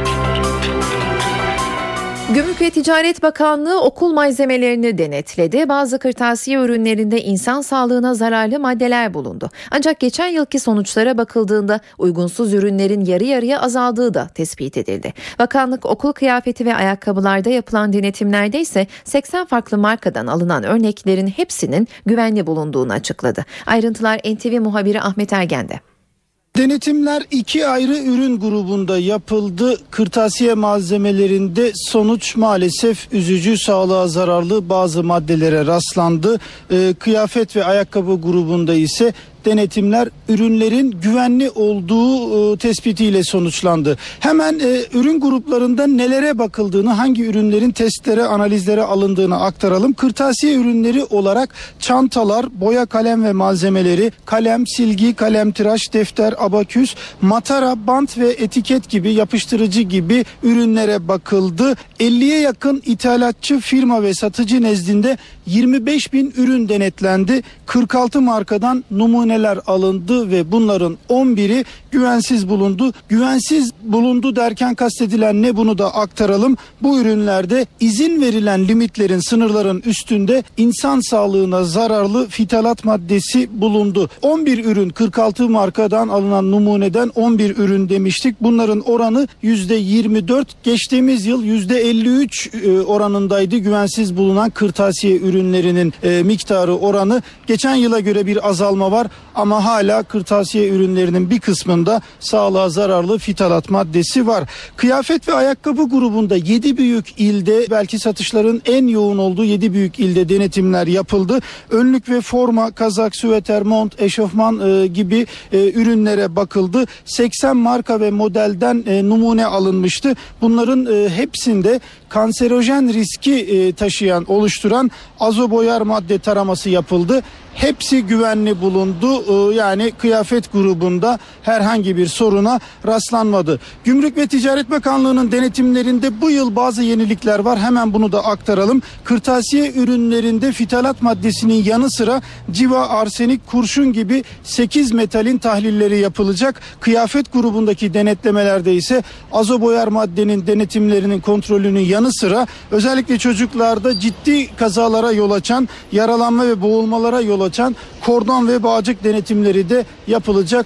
Gümrük ve Ticaret Bakanlığı okul malzemelerini denetledi. Bazı kırtasiye ürünlerinde insan sağlığına zararlı maddeler bulundu. Ancak geçen yılki sonuçlara bakıldığında uygunsuz ürünlerin yarı yarıya azaldığı da tespit edildi. Bakanlık okul kıyafeti ve ayakkabılarda yapılan denetimlerde ise seksen farklı markadan alınan örneklerin hepsinin güvenli bulunduğunu açıkladı. Ayrıntılar N T V muhabiri Ahmet Ergen'de. Denetimler iki ayrı ürün grubunda yapıldı. Kırtasiye malzemelerinde sonuç maalesef üzücü, sağlığa zararlı bazı maddelere rastlandı. Ee, kıyafet ve ayakkabı grubunda ise denetimler ürünlerin güvenli olduğu e, tespitiyle sonuçlandı. Hemen e, ürün gruplarında nelere bakıldığını, hangi ürünlerin testlere, analizlere alındığını aktaralım. Kırtasiye ürünleri olarak çantalar, boya kalem ve malzemeleri, kalem, silgi, kalem tıraş, defter, abaküs, matara, bant ve etiket gibi, yapıştırıcı gibi ürünlere bakıldı. elliye yakın ithalatçı firma ve satıcı nezdinde yirmi beş bin ürün denetlendi. kırk altı markadan numuneler alındı ve bunların on biri güvensiz bulundu. Güvensiz bulundu derken kastedilen ne, bunu da aktaralım. Bu ürünlerde izin verilen limitlerin, sınırların üstünde insan sağlığına zararlı fitalat maddesi bulundu. on bir ürün, kırk altı markadan alınan numuneden on bir ürün demiştik. Bunların oranı yüzde yirmi dört. Geçtiğimiz yıl yüzde elli üç oranındaydı güvensiz bulunan kırtasiye ürünlerinin e, miktarı, oranı. Geçen yıla göre bir azalma var ama hala kırtasiye ürünlerinin bir kısmında sağlığa zararlı fitalat maddesi var. Kıyafet ve ayakkabı grubunda yedi büyük ilde, belki satışların en yoğun olduğu yedi büyük ilde denetimler yapıldı. Önlük ve forma, kazak, süveter, mont, eşofman e, gibi e, ürünlere bakıldı. seksen marka ve modelden e, numune alınmıştı. Bunların e, hepsinde kanserojen riski e, taşıyan, oluşturan azoboyar madde taraması yapıldı. Hepsi güvenli bulundu. Ee, yani kıyafet grubunda herhangi bir soruna rastlanmadı. Gümrük ve Ticaret Bakanlığı'nın denetimlerinde bu yıl bazı yenilikler var. Hemen bunu da aktaralım. Kırtasiye ürünlerinde fitalat maddesinin yanı sıra civa, arsenik, kurşun gibi sekiz metalin tahlilleri yapılacak. Kıyafet grubundaki denetlemelerde ise azoboyar maddenin denetimlerinin, kontrolünün yanı sıra özellikle çocuklarda ciddi kazalara yol açan, yaralanma ve boğulmalara yol açan kordon ve bağcık denetimleri de yapılacak.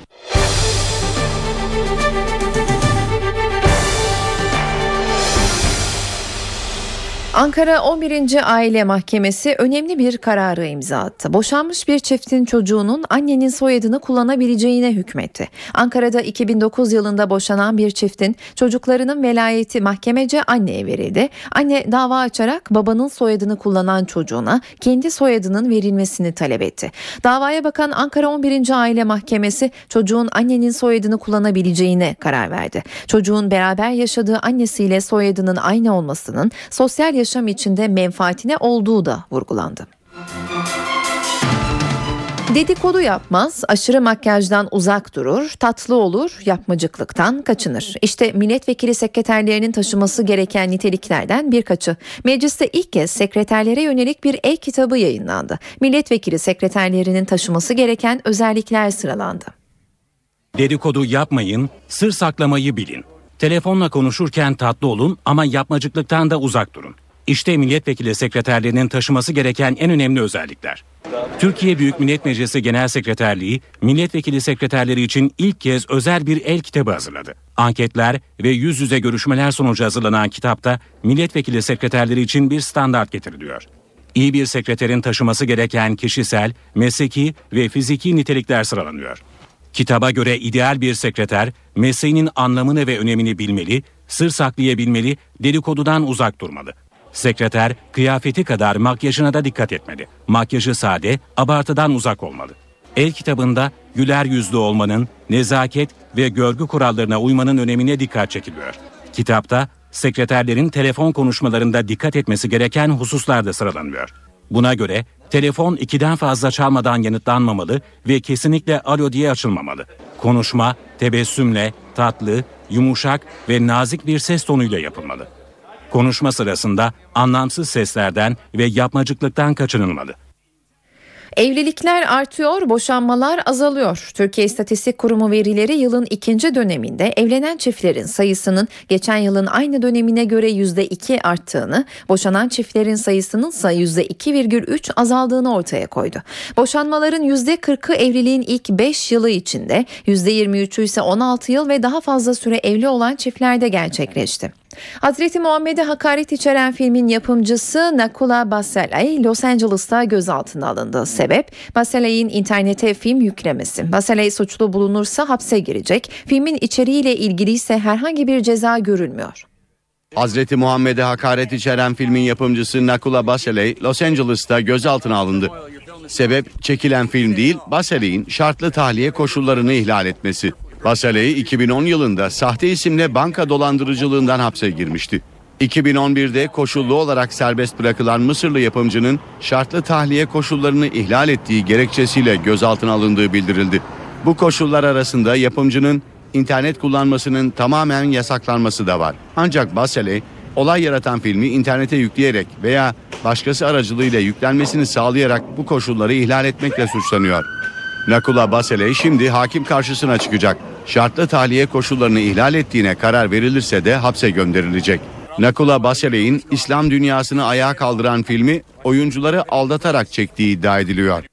Ankara on birinci Aile Mahkemesi önemli bir kararı imza attı. Boşanmış bir çiftin çocuğunun annenin soyadını kullanabileceğine hükmetti. Ankara'da iki bin dokuz yılında boşanan bir çiftin çocuklarının velayeti mahkemece anneye verildi. Anne dava açarak babanın soyadını kullanan çocuğuna kendi soyadının verilmesini talep etti. Davaya bakan Ankara on birinci Aile Mahkemesi çocuğun annenin soyadını kullanabileceğine karar verdi. Çocuğun beraber yaşadığı annesiyle soyadının aynı olmasının sosyal yaşam içinde menfaatine olduğu da vurgulandı. Dedikodu yapmaz, aşırı makyajdan uzak durur, tatlı olur, yapmacıklıktan kaçınır. İşte milletvekili sekreterlerinin taşıması gereken niteliklerden birkaçı. Mecliste ilk kez sekreterlere yönelik bir el kitabı yayınlandı. Milletvekili sekreterlerinin taşıması gereken özellikler sıralandı. Dedikodu yapmayın, sır saklamayı bilin. Telefonla konuşurken tatlı olun ama yapmacıklıktan da uzak durun. İşte milletvekili sekreterlerinin taşıması gereken en önemli özellikler. Türkiye Büyük Millet Meclisi Genel Sekreterliği, milletvekili sekreterleri için ilk kez özel bir el kitabı hazırladı. Anketler ve yüz yüze görüşmeler sonucu hazırlanan kitapta milletvekili sekreterleri için bir standart getiriliyor. İyi bir sekreterin taşıması gereken kişisel, mesleki ve fiziki nitelikler sıralanıyor. Kitaba göre ideal bir sekreter, mesleğinin anlamını ve önemini bilmeli, sır saklayabilmeli, dedikodudan uzak durmalı. Sekreter, kıyafeti kadar makyajına da dikkat etmeli. Makyajı sade, abartıdan uzak olmalı. El kitabında güler yüzlü olmanın, nezaket ve görgü kurallarına uymanın önemine dikkat çekiliyor. Kitapta, sekreterlerin telefon konuşmalarında dikkat etmesi gereken hususlar da sıralanıyor. Buna göre telefon ikiden fazla çalmadan yanıtlanmamalı ve kesinlikle alo diye açılmamalı. Konuşma tebessümle, tatlı, yumuşak ve nazik bir ses tonuyla yapılmalı. Konuşma sırasında anlamsız seslerden ve yapmacıklıktan kaçınılmalı. Evlilikler artıyor, boşanmalar azalıyor. Türkiye İstatistik Kurumu verileri yılın ikinci döneminde evlenen çiftlerin sayısının geçen yılın aynı dönemine göre yüzde iki arttığını, boşanan çiftlerin sayısının ise yüzde iki virgül üç azaldığını ortaya koydu. Boşanmaların yüzde kırkı evliliğin ilk beş yılı içinde, yüzde yirmi üçü ise on altı yıl ve daha fazla süre evli olan çiftlerde gerçekleşti. Hazreti Muhammed'e hakaret içeren filmin yapımcısı Nakula Baselay, Los Angeles'ta gözaltına alındı. Sebep, Baselay'in internete film yüklemesi. Baselay suçlu bulunursa hapse girecek. Filmin içeriğiyle ilgili ise herhangi bir ceza görülmüyor. Hazreti Muhammed'e hakaret içeren filmin yapımcısı Nakula Baselay, Los Angeles'ta gözaltına alındı. Sebep, çekilen film değil, Baselay'in şartlı tahliye koşullarını ihlal etmesi. Baselay iki bin on yılında sahte isimle banka dolandırıcılığından hapse girmişti. iki bin on birde koşullu olarak serbest bırakılan Mısırlı yapımcının şartlı tahliye koşullarını ihlal ettiği gerekçesiyle gözaltına alındığı bildirildi. Bu koşullar arasında yapımcının internet kullanmasının tamamen yasaklanması da var. Ancak Baselay, olay yaratan filmi internete yükleyerek veya başkası aracılığıyla yüklenmesini sağlayarak bu koşulları ihlal etmekle suçlanıyor. Nakula Baselay şimdi hakim karşısına çıkacak. Şartlı tahliye koşullarını ihlal ettiğine karar verilirse de hapse gönderilecek. Nakula Baselay'in İslam dünyasını ayağa kaldıran filmi oyuncuları aldatarak çektiği iddia ediliyor.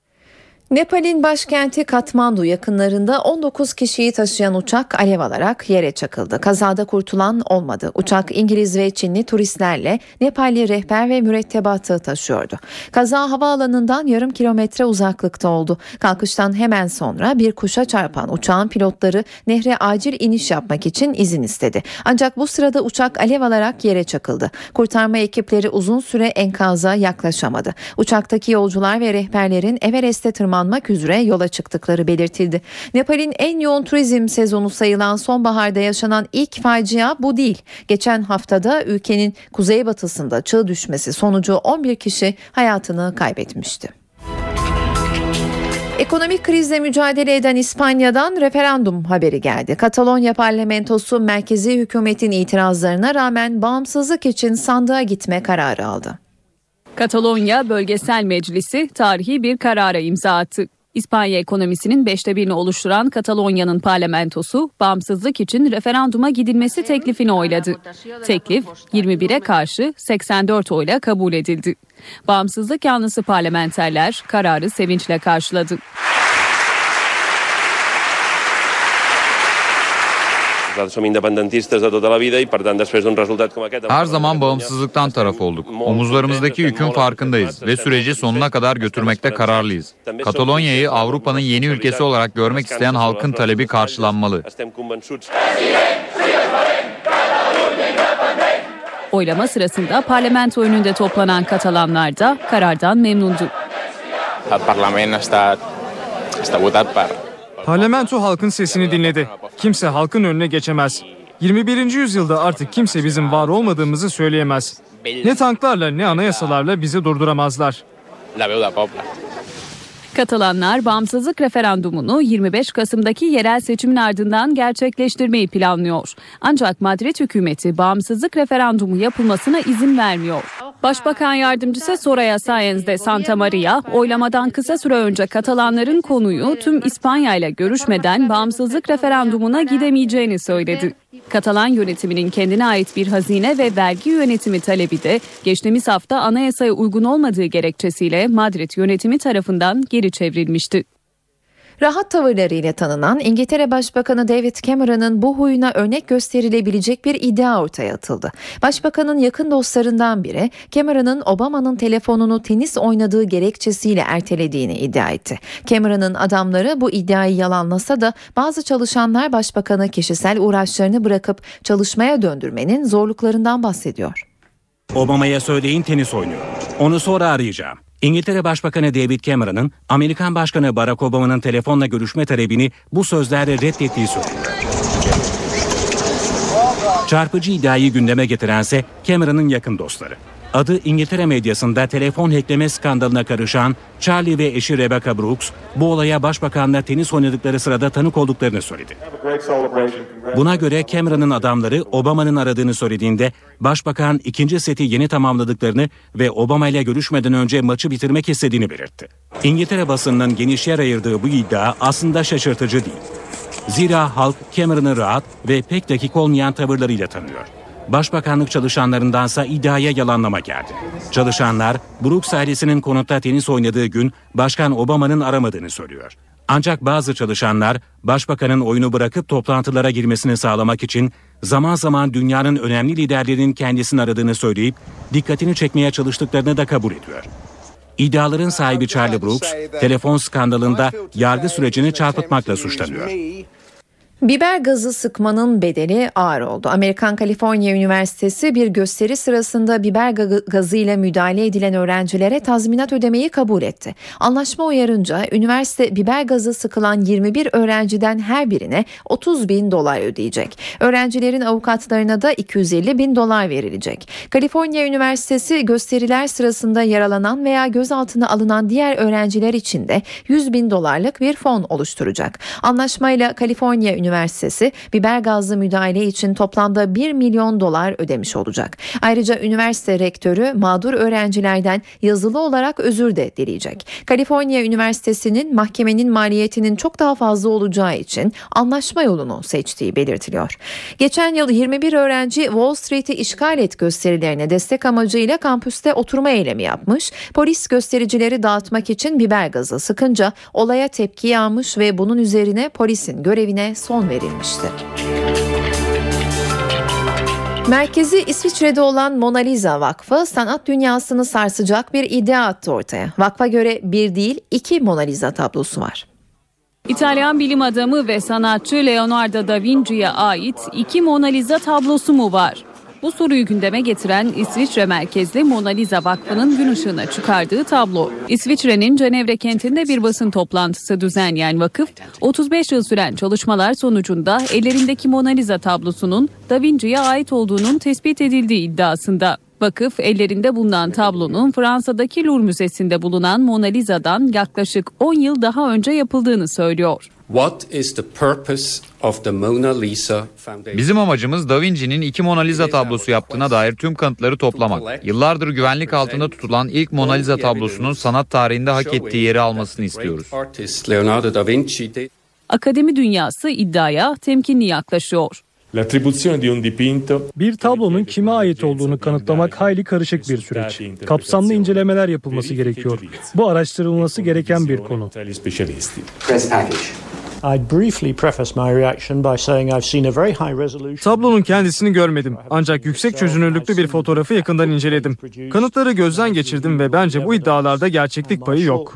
Nepal'in başkenti Katmandu yakınlarında on dokuz kişiyi taşıyan uçak alev alarak yere çakıldı. Kazada kurtulan olmadı. Uçak İngiliz ve Çinli turistlerle Nepalli rehber ve mürettebatı taşıyordu. Kaza havaalanından yarım kilometre uzaklıkta oldu. Kalkıştan hemen sonra bir kuşa çarpan uçağın pilotları nehre acil iniş yapmak için izin istedi. Ancak bu sırada uçak alev alarak yere çakıldı. Kurtarma ekipleri uzun süre enkaza yaklaşamadı. Uçaktaki yolcular ve rehberlerin Everest'e tırmanmıştı. Almak üzere yola çıktıkları belirtildi. Nepal'in en yoğun turizm sezonu sayılan sonbaharda yaşanan ilk facia bu değil. Geçen haftada ülkenin kuzeybatısında çığ düşmesi sonucu on bir kişi hayatını kaybetmişti. Ekonomik krizle mücadele eden İspanya'dan referandum haberi geldi. Katalonya parlamentosu merkezi hükümetin itirazlarına rağmen bağımsızlık için sandığa gitme kararı aldı. Katalonya Bölgesel Meclisi tarihi bir karara imza attı. İspanya ekonomisinin beşte birini oluşturan Katalonya'nın parlamentosu bağımsızlık için referanduma gidilmesi teklifini oyladı. Teklif yirmi bire karşı seksen dört oyla kabul edildi. Bağımsızlık yanlısı parlamenterler kararı sevinçle karşıladı. Her zaman bağımsızlıktan taraf olduk. Omuzlarımızdaki yükün farkındayız ve süreci sonuna kadar götürmekte kararlıyız. Katalonya'yı Avrupa'nın yeni ülkesi olarak görmek isteyen halkın talebi karşılanmalı. Oylama sırasında parlamento önünde toplanan Katalanlar da karardan memnundu. Parlamento halkın sesini dinledi. Kimse halkın önüne geçemez. yirmi birinci yüzyılda artık kimse bizim var olmadığımızı söyleyemez. Ne tanklarla ne anayasalarla bizi durduramazlar. Katalanlar bağımsızlık referandumunu yirmi beş Kasım'daki yerel seçimin ardından gerçekleştirmeyi planlıyor. Ancak Madrid hükümeti bağımsızlık referandumu yapılmasına izin vermiyor. Başbakan yardımcısı Soraya Sáenz de Santamaría, oylamadan kısa süre önce Katalanların konuyu tüm İspanya ile görüşmeden bağımsızlık referandumuna gidemeyeceğini söyledi. Katalan yönetiminin kendine ait bir hazine ve vergi yönetimi talebi de geçtiğimiz hafta anayasaya uygun olmadığı gerekçesiyle Madrid yönetimi tarafından geri çevrilmişti. Rahat tavırlarıyla tanınan İngiltere Başbakanı David Cameron'ın bu huyuna örnek gösterilebilecek bir iddia ortaya atıldı. Başbakanın yakın dostlarından biri Cameron'ın Obama'nın telefonunu tenis oynadığı gerekçesiyle ertelediğini iddia etti. Cameron'ın adamları bu iddiayı yalanlasa da bazı çalışanlar başbakanı kişisel uğraşlarını bırakıp çalışmaya döndürmenin zorluklarından bahsediyor. Obama'ya söyleyin tenis oynuyor. Onu sonra arayacağım. İngiltere Başbakanı David Cameron'ın Amerikan Başkanı Barack Obama'nın telefonla görüşme talebini bu sözlerle reddettiği söyleniyor. Çarpıcı iddiayı gündeme getirense Cameron'ın yakın dostları. Adı İngiltere medyasında telefon hackleme skandalına karışan Charlie ve eşi Rebecca Brooks, bu olaya başbakanla tenis oynadıkları sırada tanık olduklarını söyledi. Buna göre Cameron'ın adamları Obama'nın aradığını söylediğinde başbakan ikinci seti yeni tamamladıklarını ve Obama ile görüşmeden önce maçı bitirmek istediğini belirtti. İngiltere basınının geniş yer ayırdığı bu iddia aslında şaşırtıcı değil. Zira halk Cameron'ı rahat ve pek dakik olmayan tavırlarıyla tanıyor. Başbakanlık çalışanlarındansa iddiaya yalanlama geldi. Çalışanlar Brooks ailesinin konutta tenis oynadığı gün Başkan Obama'nın aramadığını söylüyor. Ancak bazı çalışanlar başbakanın oyunu bırakıp toplantılara girmesini sağlamak için zaman zaman dünyanın önemli liderlerinin kendisini aradığını söyleyip dikkatini çekmeye çalıştıklarını da kabul ediyor. İddiaların sahibi Charlie Brooks, telefon skandalında yargı sürecini çarpıtmakla suçlanıyor. Biber gazı sıkmanın bedeli ağır oldu. Amerikan Kaliforniya Üniversitesi bir gösteri sırasında biber gazı ile müdahale edilen öğrencilere tazminat ödemeyi kabul etti. Anlaşma uyarınca üniversite biber gazı sıkılan yirmi bir öğrenciden her birine otuz bin dolar ödeyecek. Öğrencilerin avukatlarına da iki yüz elli bin dolar verilecek. Kaliforniya Üniversitesi gösteriler sırasında yaralanan veya gözaltına alınan diğer öğrenciler için de yüz bin dolarlık bir fon oluşturacak. Anlaşmayla Kaliforniya Üniversitesi Üniversitesi biber gazlı müdahale için toplamda bir milyon dolar ödemiş olacak. Ayrıca üniversite rektörü mağdur öğrencilerden yazılı olarak özür de dileyecek. Kaliforniya Üniversitesi'nin mahkemenin maliyetinin çok daha fazla olacağı için anlaşma yolunu seçtiği belirtiliyor. Geçen yıl yirmi bir öğrenci Wall Street'i işgal et gösterilerine destek amacıyla kampüste oturma eylemi yapmış. Polis göstericileri dağıtmak için biber gazı sıkınca olaya tepki yağmış ve bunun üzerine polisin görevine son verilmişti. Merkezi İsviçre'de olan Mona Lisa Vakfı sanat dünyasını sarsacak bir iddia attı ortaya. Vakfa göre bir değil iki Mona Lisa tablosu var. İtalyan bilim adamı ve sanatçı Leonardo da Vinci'ye ait iki Mona Lisa tablosu mu var? Bu soruyu gündeme getiren İsviçre merkezli Mona Lisa Vakfı'nın gün ışığına çıkardığı tablo. İsviçre'nin Cenevre kentinde bir basın toplantısı düzenleyen vakıf, otuz beş yıl süren çalışmalar sonucunda ellerindeki Mona Lisa tablosunun Da Vinci'ye ait olduğunun tespit edildiği iddiasında. Vakıf, ellerinde bulunan tablonun Fransa'daki Louvre Müzesi'nde bulunan Mona Lisa'dan yaklaşık on yıl daha önce yapıldığını söylüyor. What is the purpose of the Mona Lisa Foundation? Bizim amacımız Da Vinci'nin iki Mona Lisa tablosu yaptığına dair tüm kanıtları toplamak. Yıllardır güvenlik altında tutulan ilk Mona Lisa tablosunun sanat tarihinde hak ettiği yeri almasını istiyoruz. Akademi dünyası iddiaya temkinli yaklaşıyor. Bir tablonun kime ait olduğunu kanıtlamak hayli karışık bir süreç. Kapsamlı incelemeler yapılması gerekiyor. Bu araştırılması gereken bir konu. Tablonun kendisini görmedim. Ancak yüksek çözünürlüklü bir fotoğrafı yakından inceledim. Kanıtları gözden geçirdim ve bence bu iddialarda gerçeklik payı yok.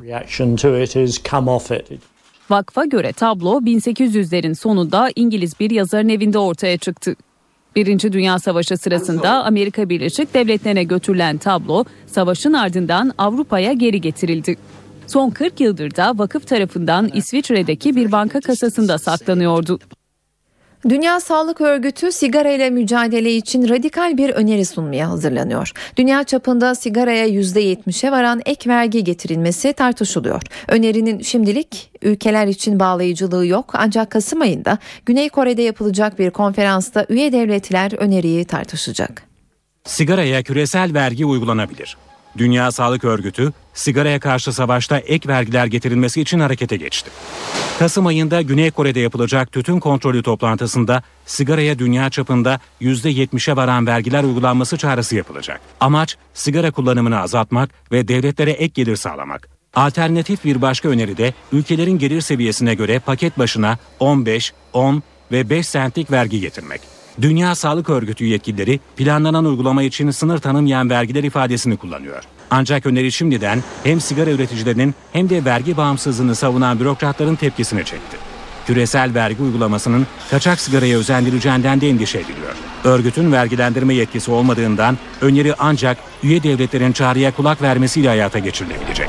Vakfa göre tablo bin sekiz yüzlerin sonunda İngiliz bir yazarın evinde ortaya çıktı. Birinci Dünya Savaşı sırasında Amerika Birleşik Devletleri'ne götürülen tablo, savaşın ardından Avrupa'ya geri getirildi. Son kırk yıldır da vakıf tarafından İsviçre'deki bir banka kasasında saklanıyordu. Dünya Sağlık Örgütü sigara ile mücadele için radikal bir öneri sunmaya hazırlanıyor. Dünya çapında sigaraya yüzde yetmişe varan ek vergi getirilmesi tartışılıyor. Önerinin şimdilik ülkeler için bağlayıcılığı yok, ancak Kasım ayında Güney Kore'de yapılacak bir konferansta üye devletler öneriyi tartışacak. Sigaraya küresel vergi uygulanabilir. Dünya Sağlık Örgütü, sigaraya karşı savaşta ek vergiler getirilmesi için harekete geçti. Kasım ayında Güney Kore'de yapılacak tütün kontrolü toplantısında sigaraya dünya çapında yüzde yetmişe varan vergiler uygulanması çağrısı yapılacak. Amaç sigara kullanımını azaltmak ve devletlere ek gelir sağlamak. Alternatif bir başka öneri de ülkelerin gelir seviyesine göre paket başına on beş, on ve beş sentlik vergi getirmek. Dünya Sağlık Örgütü yetkilileri planlanan uygulama için sınır tanımayan vergiler ifadesini kullanıyor. Ancak öneri şimdiden hem sigara üreticilerinin hem de vergi bağımsızlığını savunan bürokratların tepkisini çekti. Küresel vergi uygulamasının kaçak sigaraya özendireceğinden de endişe ediliyor. Örgütün vergilendirme yetkisi olmadığından öneri ancak üye devletlerin çağrıya kulak vermesiyle hayata geçirilebilecek.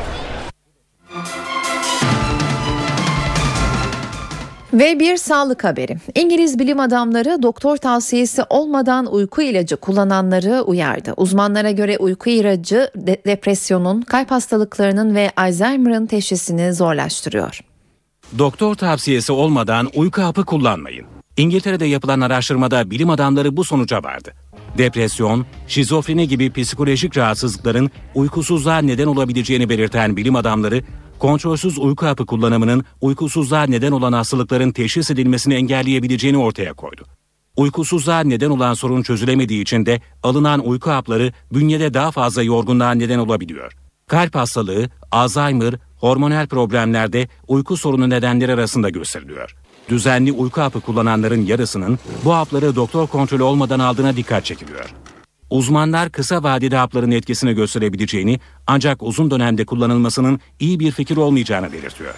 Ve bir sağlık haberi. İngiliz bilim adamları doktor tavsiyesi olmadan uyku ilacı kullananları uyardı. Uzmanlara göre uyku ilacı de- depresyonun, kalp hastalıklarının ve Alzheimer'ın teşhisini zorlaştırıyor. Doktor tavsiyesi olmadan uyku hapı kullanmayın. İngiltere'de yapılan araştırmada bilim adamları bu sonuca vardı. Depresyon, şizofreni gibi psikolojik rahatsızlıkların uykusuzluğa neden olabileceğini belirten bilim adamları, kontrolsüz uyku hapı kullanımının uykusuzluğa neden olan hastalıkların teşhis edilmesini engelleyebileceğini ortaya koydu. Uykusuzluğa neden olan sorun çözülemediği için de alınan uyku hapları bünyede daha fazla yorgunluğa neden olabiliyor. Kalp hastalığı, Alzheimer, hormonal problemlerde uyku sorunu nedenleri arasında gösteriliyor. Düzenli uyku hapı kullananların yarısının bu hapları doktor kontrolü olmadan aldığına dikkat çekiliyor. Uzmanlar kısa vadede hapların etkisini gösterebileceğini ancak uzun dönemde kullanılmasının iyi bir fikir olmayacağını belirtiyor.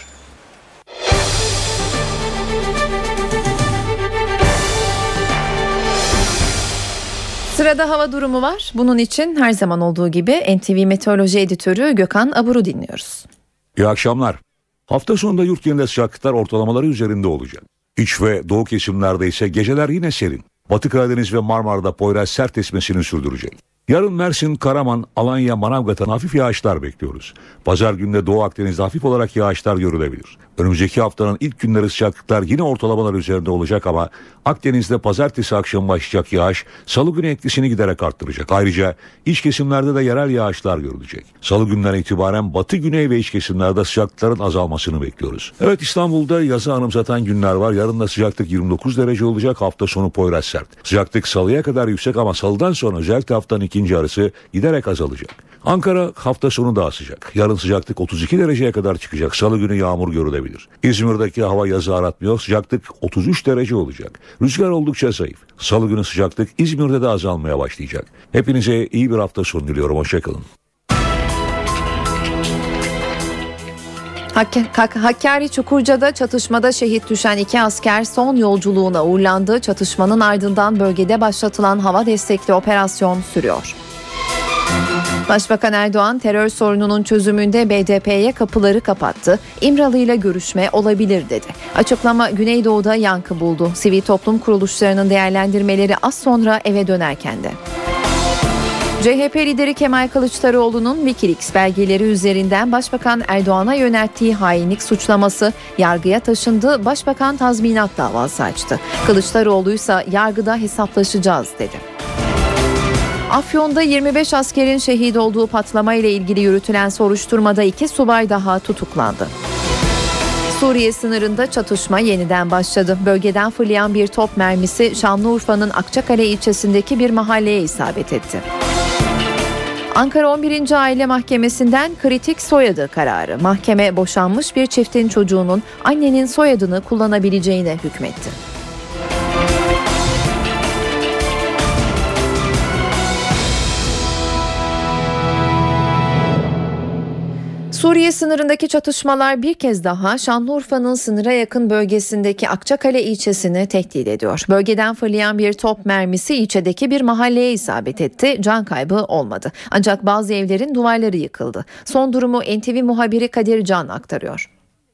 Sırada hava durumu var. Bunun için her zaman olduğu gibi N T V Meteoroloji Editörü Gökhan Abur'u dinliyoruz. İyi akşamlar. Hafta sonunda yurt genelinde sıcaklıklar ortalamaları üzerinde olacak. İç ve doğu kesimlerde ise geceler yine serin. Batı Karadeniz ve Marmara'da Poyraz sert esmesini sürdürecek. Yarın Mersin, Karaman, Alanya, Manavgat'tan hafif yağışlar bekliyoruz. Pazar günde Doğu Akdeniz'de hafif olarak yağışlar görülebilir. Önümüzdeki haftanın ilk günleri sıcaklıklar yine ortalamalar üzerinde olacak ama Akdeniz'de pazartesi akşamı başlayacak yağış Salı günü etkisini giderek arttıracak. Ayrıca iç kesimlerde de yerel yağışlar görülecek. Salı günden itibaren batı, güney ve iç kesimlerde sıcaklıkların azalmasını bekliyoruz. Evet, İstanbul'da yazı anımsatan günler var. Yarın da sıcaklık yirmi dokuz derece olacak. Hafta sonu Poyraz sert. Sıcaklık Salı'ya kadar yüksek ama Salı'dan sonra özellikle haftanın ikinci yarısı giderek azalacak. Ankara hafta sonu daha sıcak. Yarın sıcaklık otuz iki dereceye kadar çıkacak. Salı günü yağmur görülebilir. İzmir'deki hava yazı aratmıyor. Sıcaklık otuz üç derece olacak. Rüzgar oldukça zayıf. Salı günü sıcaklık İzmir'de de azalmaya başlayacak. Hepinize iyi bir hafta sonu diliyorum. Hoşçakalın. Hak- Hakkari Çukurca'da çatışmada şehit düşen iki asker son yolculuğuna uğurlandı. Çatışmanın ardından bölgede başlatılan hava destekli operasyon sürüyor. Başbakan Erdoğan terör sorununun çözümünde B D P'ye kapıları kapattı. İmralı ile görüşme olabilir dedi. Açıklama Güneydoğu'da yankı buldu. Sivil toplum kuruluşlarının değerlendirmeleri az sonra eve dönerken de. C H P lideri Kemal Kılıçdaroğlu'nun Wikileaks belgeleri üzerinden Başbakan Erdoğan'a yönelttiği hainlik suçlaması yargıya taşındı. Başbakan tazminat davası açtı. Kılıçdaroğlu ise yargıda hesaplaşacağız dedi. Afyon'da yirmi beş askerin şehit olduğu patlama ile ilgili yürütülen soruşturmada iki subay daha tutuklandı. Suriye sınırında çatışma yeniden başladı. Bölgeden fırlayan bir top mermisi Şanlıurfa'nın Akçakale ilçesindeki bir mahalleye isabet etti. Ankara on birinci Aile Mahkemesi'nden kritik soyadı kararı. Mahkeme boşanmış bir çiftin çocuğunun annenin soyadını kullanabileceğine hükmetti. Suriye sınırındaki çatışmalar bir kez daha Şanlıurfa'nın sınıra yakın bölgesindeki Akçakale ilçesini tehdit ediyor. Bölgeden fırlayan bir top mermisi ilçedeki bir mahalleye isabet etti. Can kaybı olmadı. Ancak bazı evlerin duvarları yıkıldı. Son durumu N T V muhabiri Kadir Can aktarıyor.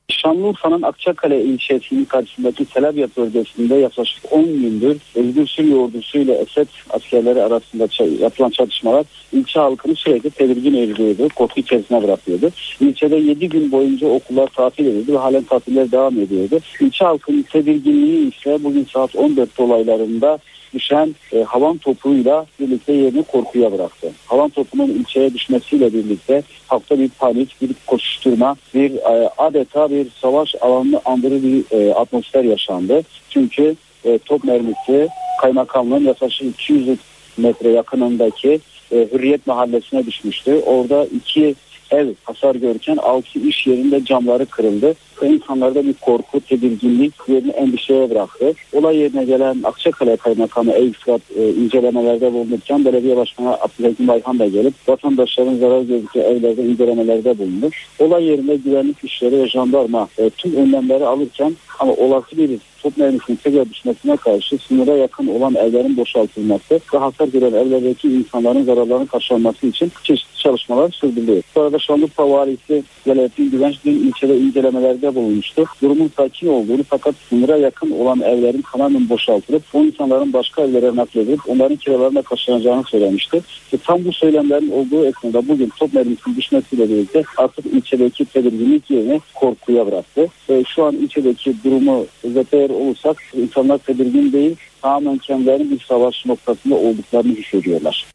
Şanlıurfa'nın Akçakale ilçesinin karşısındaki Selabiya bölgesinde yaklaşık on gündür Özgür Suriye ordusuyla Esed askerleri arasında yapılan çatışmalar ilçe halkını sürekli tedirgin ediyordu, korku içerisine bırakıyordu. İlçede yedi gün boyunca okullar tatil edildi ve halen tatiller devam ediyordu. İlçe halkının tedirginliği ise bugün saat on dört dolaylarında düşen e, havan topuyla birlikte yerini korkuya bıraktı. Havan topunun ilçeye düşmesiyle birlikte halkta bir panik, bir koşuşturma, bir e, adeta bir savaş alanını andırı bir e, atmosfer yaşandı. Çünkü e, top mermisi kaymakamlığın yaklaşık iki yüz metre yakınındaki e, Hürriyet Mahallesi'ne düşmüştü. Orada iki ev hasar görürken altı iş yerinde camları kırıldı. Ve insanlarda bir korku, tedirginlik, yerini endişeye bıraktı. Olay yerine gelen Akçakale Kaymakamı Eyüp Fırat e, incelemelerde bulunurken Belediye Başkanı Abdülhakim Bayhan da gelip vatandaşların zarar gördüğü evlerde incelemelerde bulundu. Olay yerinde güvenlik güçleri ve jandarma e, tüm önlemleri alırken ama olası bir top mermisinin tekrar düşmesine karşı sınıra yakın olan evlerin boşaltılması ve hasar gören evlerdeki insanların zararlarının karşılanması için çeşitli çalışmalar sürdürülüyor. Bu arada Şanlıurfa Valisi Selahattin Güvenç dün ilçede incelemelerde bulunmuştu. Durumun sakin olduğunu fakat sınıra yakın olan evlerin tamamen boşaltılıp o insanların başka evlere nakledilip onların kiralarına karşılanacağını söylemişti. Ve tam bu söylemlerin olduğu esnada bugün top mermisinin düşmesiyle birlikte artık ilçedeki tedirginlik yerini korkuya bıraktı. Ve şu an ilçedeki durumu özetler olursak insanlar tedirgin değil, tamamen kendilerinin bir savaş noktasında olduklarını hissediyorlar.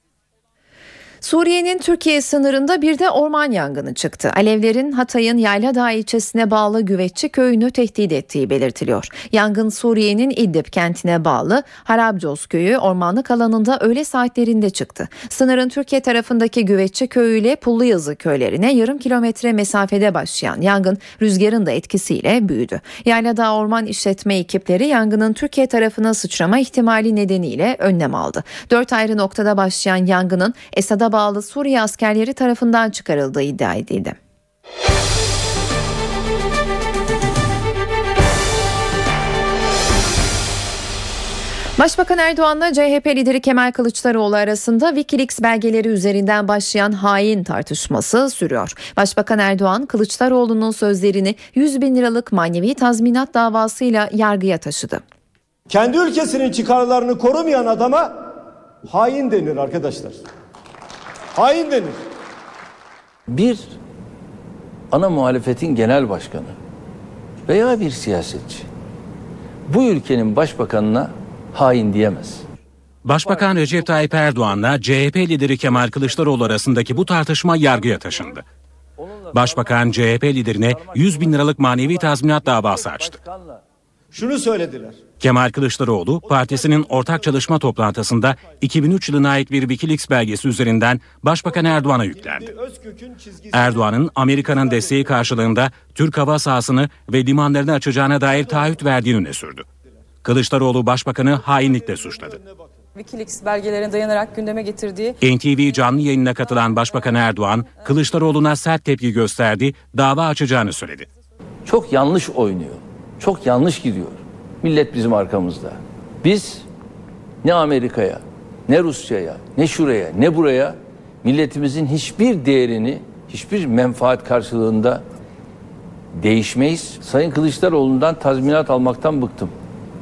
Suriye'nin Türkiye sınırında bir de orman yangını çıktı. Alevlerin Hatay'ın Yayladağ ilçesine bağlı Güveççi köyünü tehdit ettiği belirtiliyor. Yangın Suriye'nin İdlib kentine bağlı Harabcos köyü ormanlık alanında öğle saatlerinde çıktı. Sınırın Türkiye tarafındaki Güveççi köyü ile Pulluyazı köylerine yarım kilometre mesafede başlayan yangın rüzgarın da etkisiyle büyüdü. Yayladağ Orman İşletme ekipleri yangının Türkiye tarafına sıçrama ihtimali nedeniyle önlem aldı. Dört ayrı noktada başlayan yangının Esad'a bağlı Suriye askerleri tarafından çıkarıldığı iddia edildi. Başbakan Erdoğan'la C H P lideri Kemal Kılıçdaroğlu arasında Wikileaks belgeleri üzerinden başlayan hain tartışması sürüyor. Başbakan Erdoğan, Kılıçdaroğlu'nun sözlerini yüz bin liralık manevi tazminat davasıyla yargıya taşıdı. Kendi ülkesinin çıkarlarını korumayan adama hain denir arkadaşlar. Hain denir. Bir ana muhalefetin genel başkanı veya bir siyasetçi bu ülkenin başbakanına hain diyemez. Başbakan Recep Tayyip Erdoğan'la C H P lideri Kemal Kılıçdaroğlu arasındaki bu tartışma yargıya taşındı. Başbakan C H P liderine yüz bin liralık manevi tazminat davası açtı. Şunu söylediler. Kemal Kılıçdaroğlu partisinin ortak çalışma toplantısında iki bin üç yılına ait bir Wikileaks belgesi üzerinden Başbakan Erdoğan'a yüklendi. Erdoğan'ın Amerika'nın desteği karşılığında Türk hava sahasını ve limanlarını açacağına dair taahhüt verdiğini öne sürdü. Kılıçdaroğlu Başbakan'ı hainlikle suçladı. Wikileaks belgelerine dayanarak gündeme getirdiği N T V canlı yayınına katılan Başbakan Erdoğan, Kılıçdaroğlu'na sert tepki gösterdi, dava açacağını söyledi. Çok yanlış oynuyor. Çok yanlış gidiyor. Millet bizim arkamızda. Biz ne Amerika'ya, ne Rusya'ya, ne şuraya, ne buraya milletimizin hiçbir değerini, hiçbir menfaat karşılığında değişmeyiz. Sayın Kılıçdaroğlu'ndan tazminat almaktan bıktım.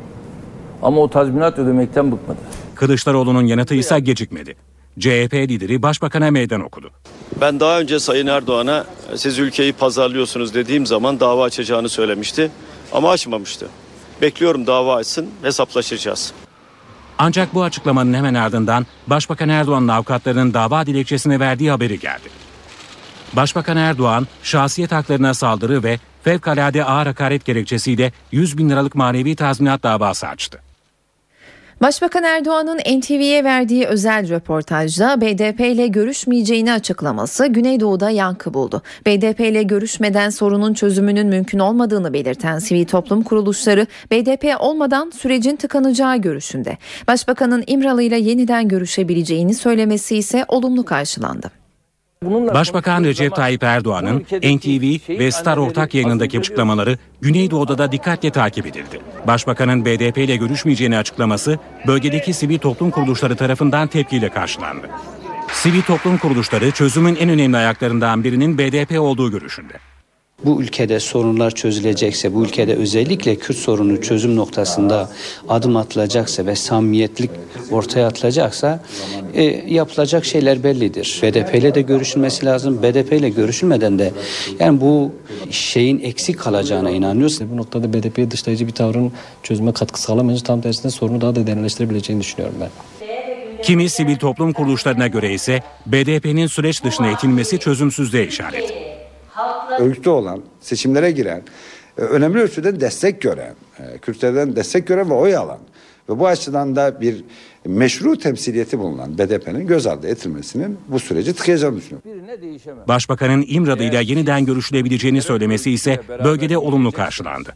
Ama o tazminat ödemekten bıkmadı. Kılıçdaroğlu'nun yanıtı ise gecikmedi. C H P lideri Başbakan'a meydan okudu. Ben daha önce Sayın Erdoğan'a siz ülkeyi pazarlıyorsunuz dediğim zaman dava açacağını söylemişti. Ama açmamıştı. Bekliyorum dava açsın, hesaplaşacağız. Ancak bu açıklamanın hemen ardından Başbakan Erdoğan'ın avukatlarının dava dilekçesine verdiği haberi geldi. Başbakan Erdoğan, şahsiyet haklarına saldırı ve fevkalade ağır hakaret gerekçesiyle yüz bin liralık manevi tazminat davası açtı. Başbakan Erdoğan'ın N T V'ye verdiği özel röportajda B D P ile görüşmeyeceğini açıklaması Güneydoğu'da yankı buldu. B D P ile görüşmeden sorunun çözümünün mümkün olmadığını belirten sivil toplum kuruluşları B D P olmadan sürecin tıkanacağı görüşünde. Başbakanın İmralı ile yeniden görüşebileceğini söylemesi ise olumlu karşılandı. Başbakan Recep Tayyip Erdoğan'ın N T V ve Star ortak yayınındaki açıklamaları Güneydoğu'da da dikkatle takip edildi. Başbakanın B D P ile görüşmeyeceğini açıklaması bölgedeki sivil toplum kuruluşları tarafından tepkiyle karşılandı. Sivil toplum kuruluşları çözümün en önemli ayaklarından birinin B D P olduğu görüşünde. Bu ülkede sorunlar çözülecekse, bu ülkede özellikle Kürt sorunu çözüm noktasında adım atılacaksa ve samimiyetlik ortaya atılacaksa e, yapılacak şeyler bellidir. B D P ile de görüşülmesi lazım. B D P ile görüşülmeden de yani bu şeyin eksik kalacağına inanıyoruz. Bu noktada B D P'ye dışlayıcı bir tavrın çözüme katkı sağlamayınca tam tersine sorunu daha da derinleştirebileceğini düşünüyorum ben. Kimi sivil toplum kuruluşlarına göre ise B D P'nin süreç dışına itilmesi çözümsüzlüğe işaret. Örgütlü olan, seçimlere giren, önemli ölçüde destek gören, Kürtlerden destek gören ve oy alan ve bu açıdan da bir meşru temsiliyeti bulunan B D P'nin göz ardı edilmesinin bu süreci tıkayacağını düşünüyorum. Başbakanın İmralı'yla yeniden görüşülebileceğini söylemesi ise bölgede olumlu karşılandı.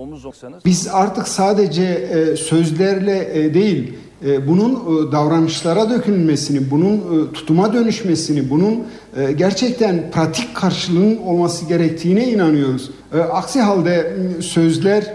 Biz artık sadece sözlerle değil, bunun davranışlara dökülmesini, bunun tutuma dönüşmesini, bunun gerçekten pratik karşılığının olması gerektiğine inanıyoruz. Aksi halde sözler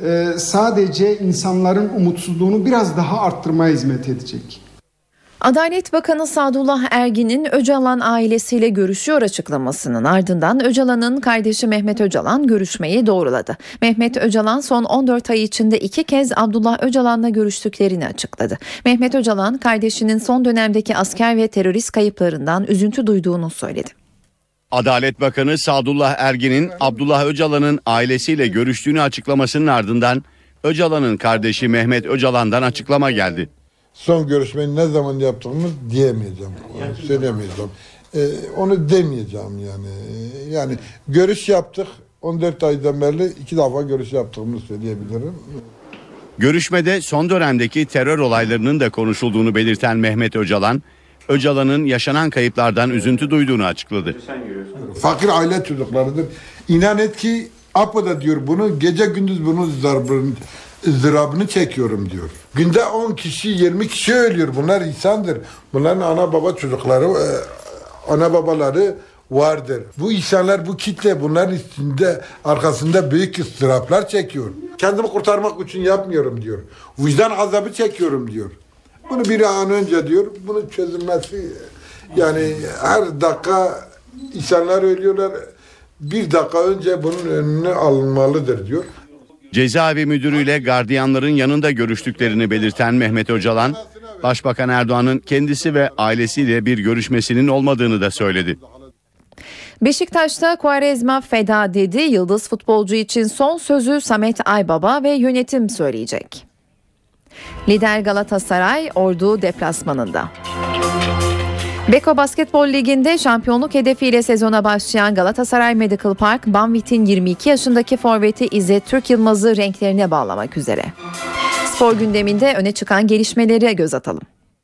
sadece insanların umutsuzluğunu biraz daha arttırmaya hizmet edecek. Adalet Bakanı Sadullah Ergin'in Öcalan ailesiyle görüşüyor açıklamasının ardından Öcalan'ın kardeşi Mehmet Öcalan görüşmeyi doğruladı. Mehmet Öcalan son on dört ay içinde iki kez Abdullah Öcalan'la görüştüklerini açıkladı. Mehmet Öcalan kardeşinin son dönemdeki asker ve terörist kayıplarından üzüntü duyduğunu söyledi. Adalet Bakanı Sadullah Ergin'in Abdullah Öcalan'ın ailesiyle görüştüğünü açıklamasının ardından Öcalan'ın kardeşi Mehmet Öcalan'dan açıklama geldi. Son görüşmeyi ne zaman yaptığımız diyemeyeceğim. Yani söyleyemeyeceğim. Ee, onu demeyeceğim yani. Yani görüş yaptık. on dört aydan beri iki defa görüş yaptığımızı söyleyebilirim. Görüşmede son dönemdeki terör olaylarının da konuşulduğunu belirten Mehmet Öcalan, Öcalan'ın yaşanan kayıplardan üzüntü duyduğunu açıkladı. Fakir aile çocuklarıdır. İnan et ki APO'da diyor bunu gece gündüz bunun ızdırabını, ızdırabını çekiyorum diyor. Günde on kişi yirmi kişi ölüyor. Bunlar insandır. Bunların ana baba çocukları, ana babaları vardır. Bu insanlar, bu kitle bunların üstünde, arkasında büyük ızdıraplar çekiyor. Kendimi kurtarmak için yapmıyorum diyor. Vicdan azabı çekiyorum diyor. Bunu bir an önce diyor, bunun çözülmesi yani her dakika insanlar ölüyorlar. Bir dakika önce bunun önüne alınmalıdır diyor. Cezaevi müdürüyle gardiyanların yanında görüştüklerini belirten Mehmet Öcalan, Başbakan Erdoğan'ın kendisi ve ailesiyle bir görüşmesinin olmadığını da söyledi. Beşiktaş'ta Quaresma feda dedi. Yıldız futbolcu için son sözü Samet Aybaba ve yönetim söyleyecek. Lider Galatasaray Ordu deplasmanında. Beko Basketbol Ligi'nde şampiyonluk hedefiyle sezona başlayan Galatasaray Medical Park, Banvit'in yirmi iki yaşındaki forveti İzzet Türk Yılmaz'ı renklerine bağlamak üzere. Spor gündeminde öne çıkan gelişmelere göz atalım.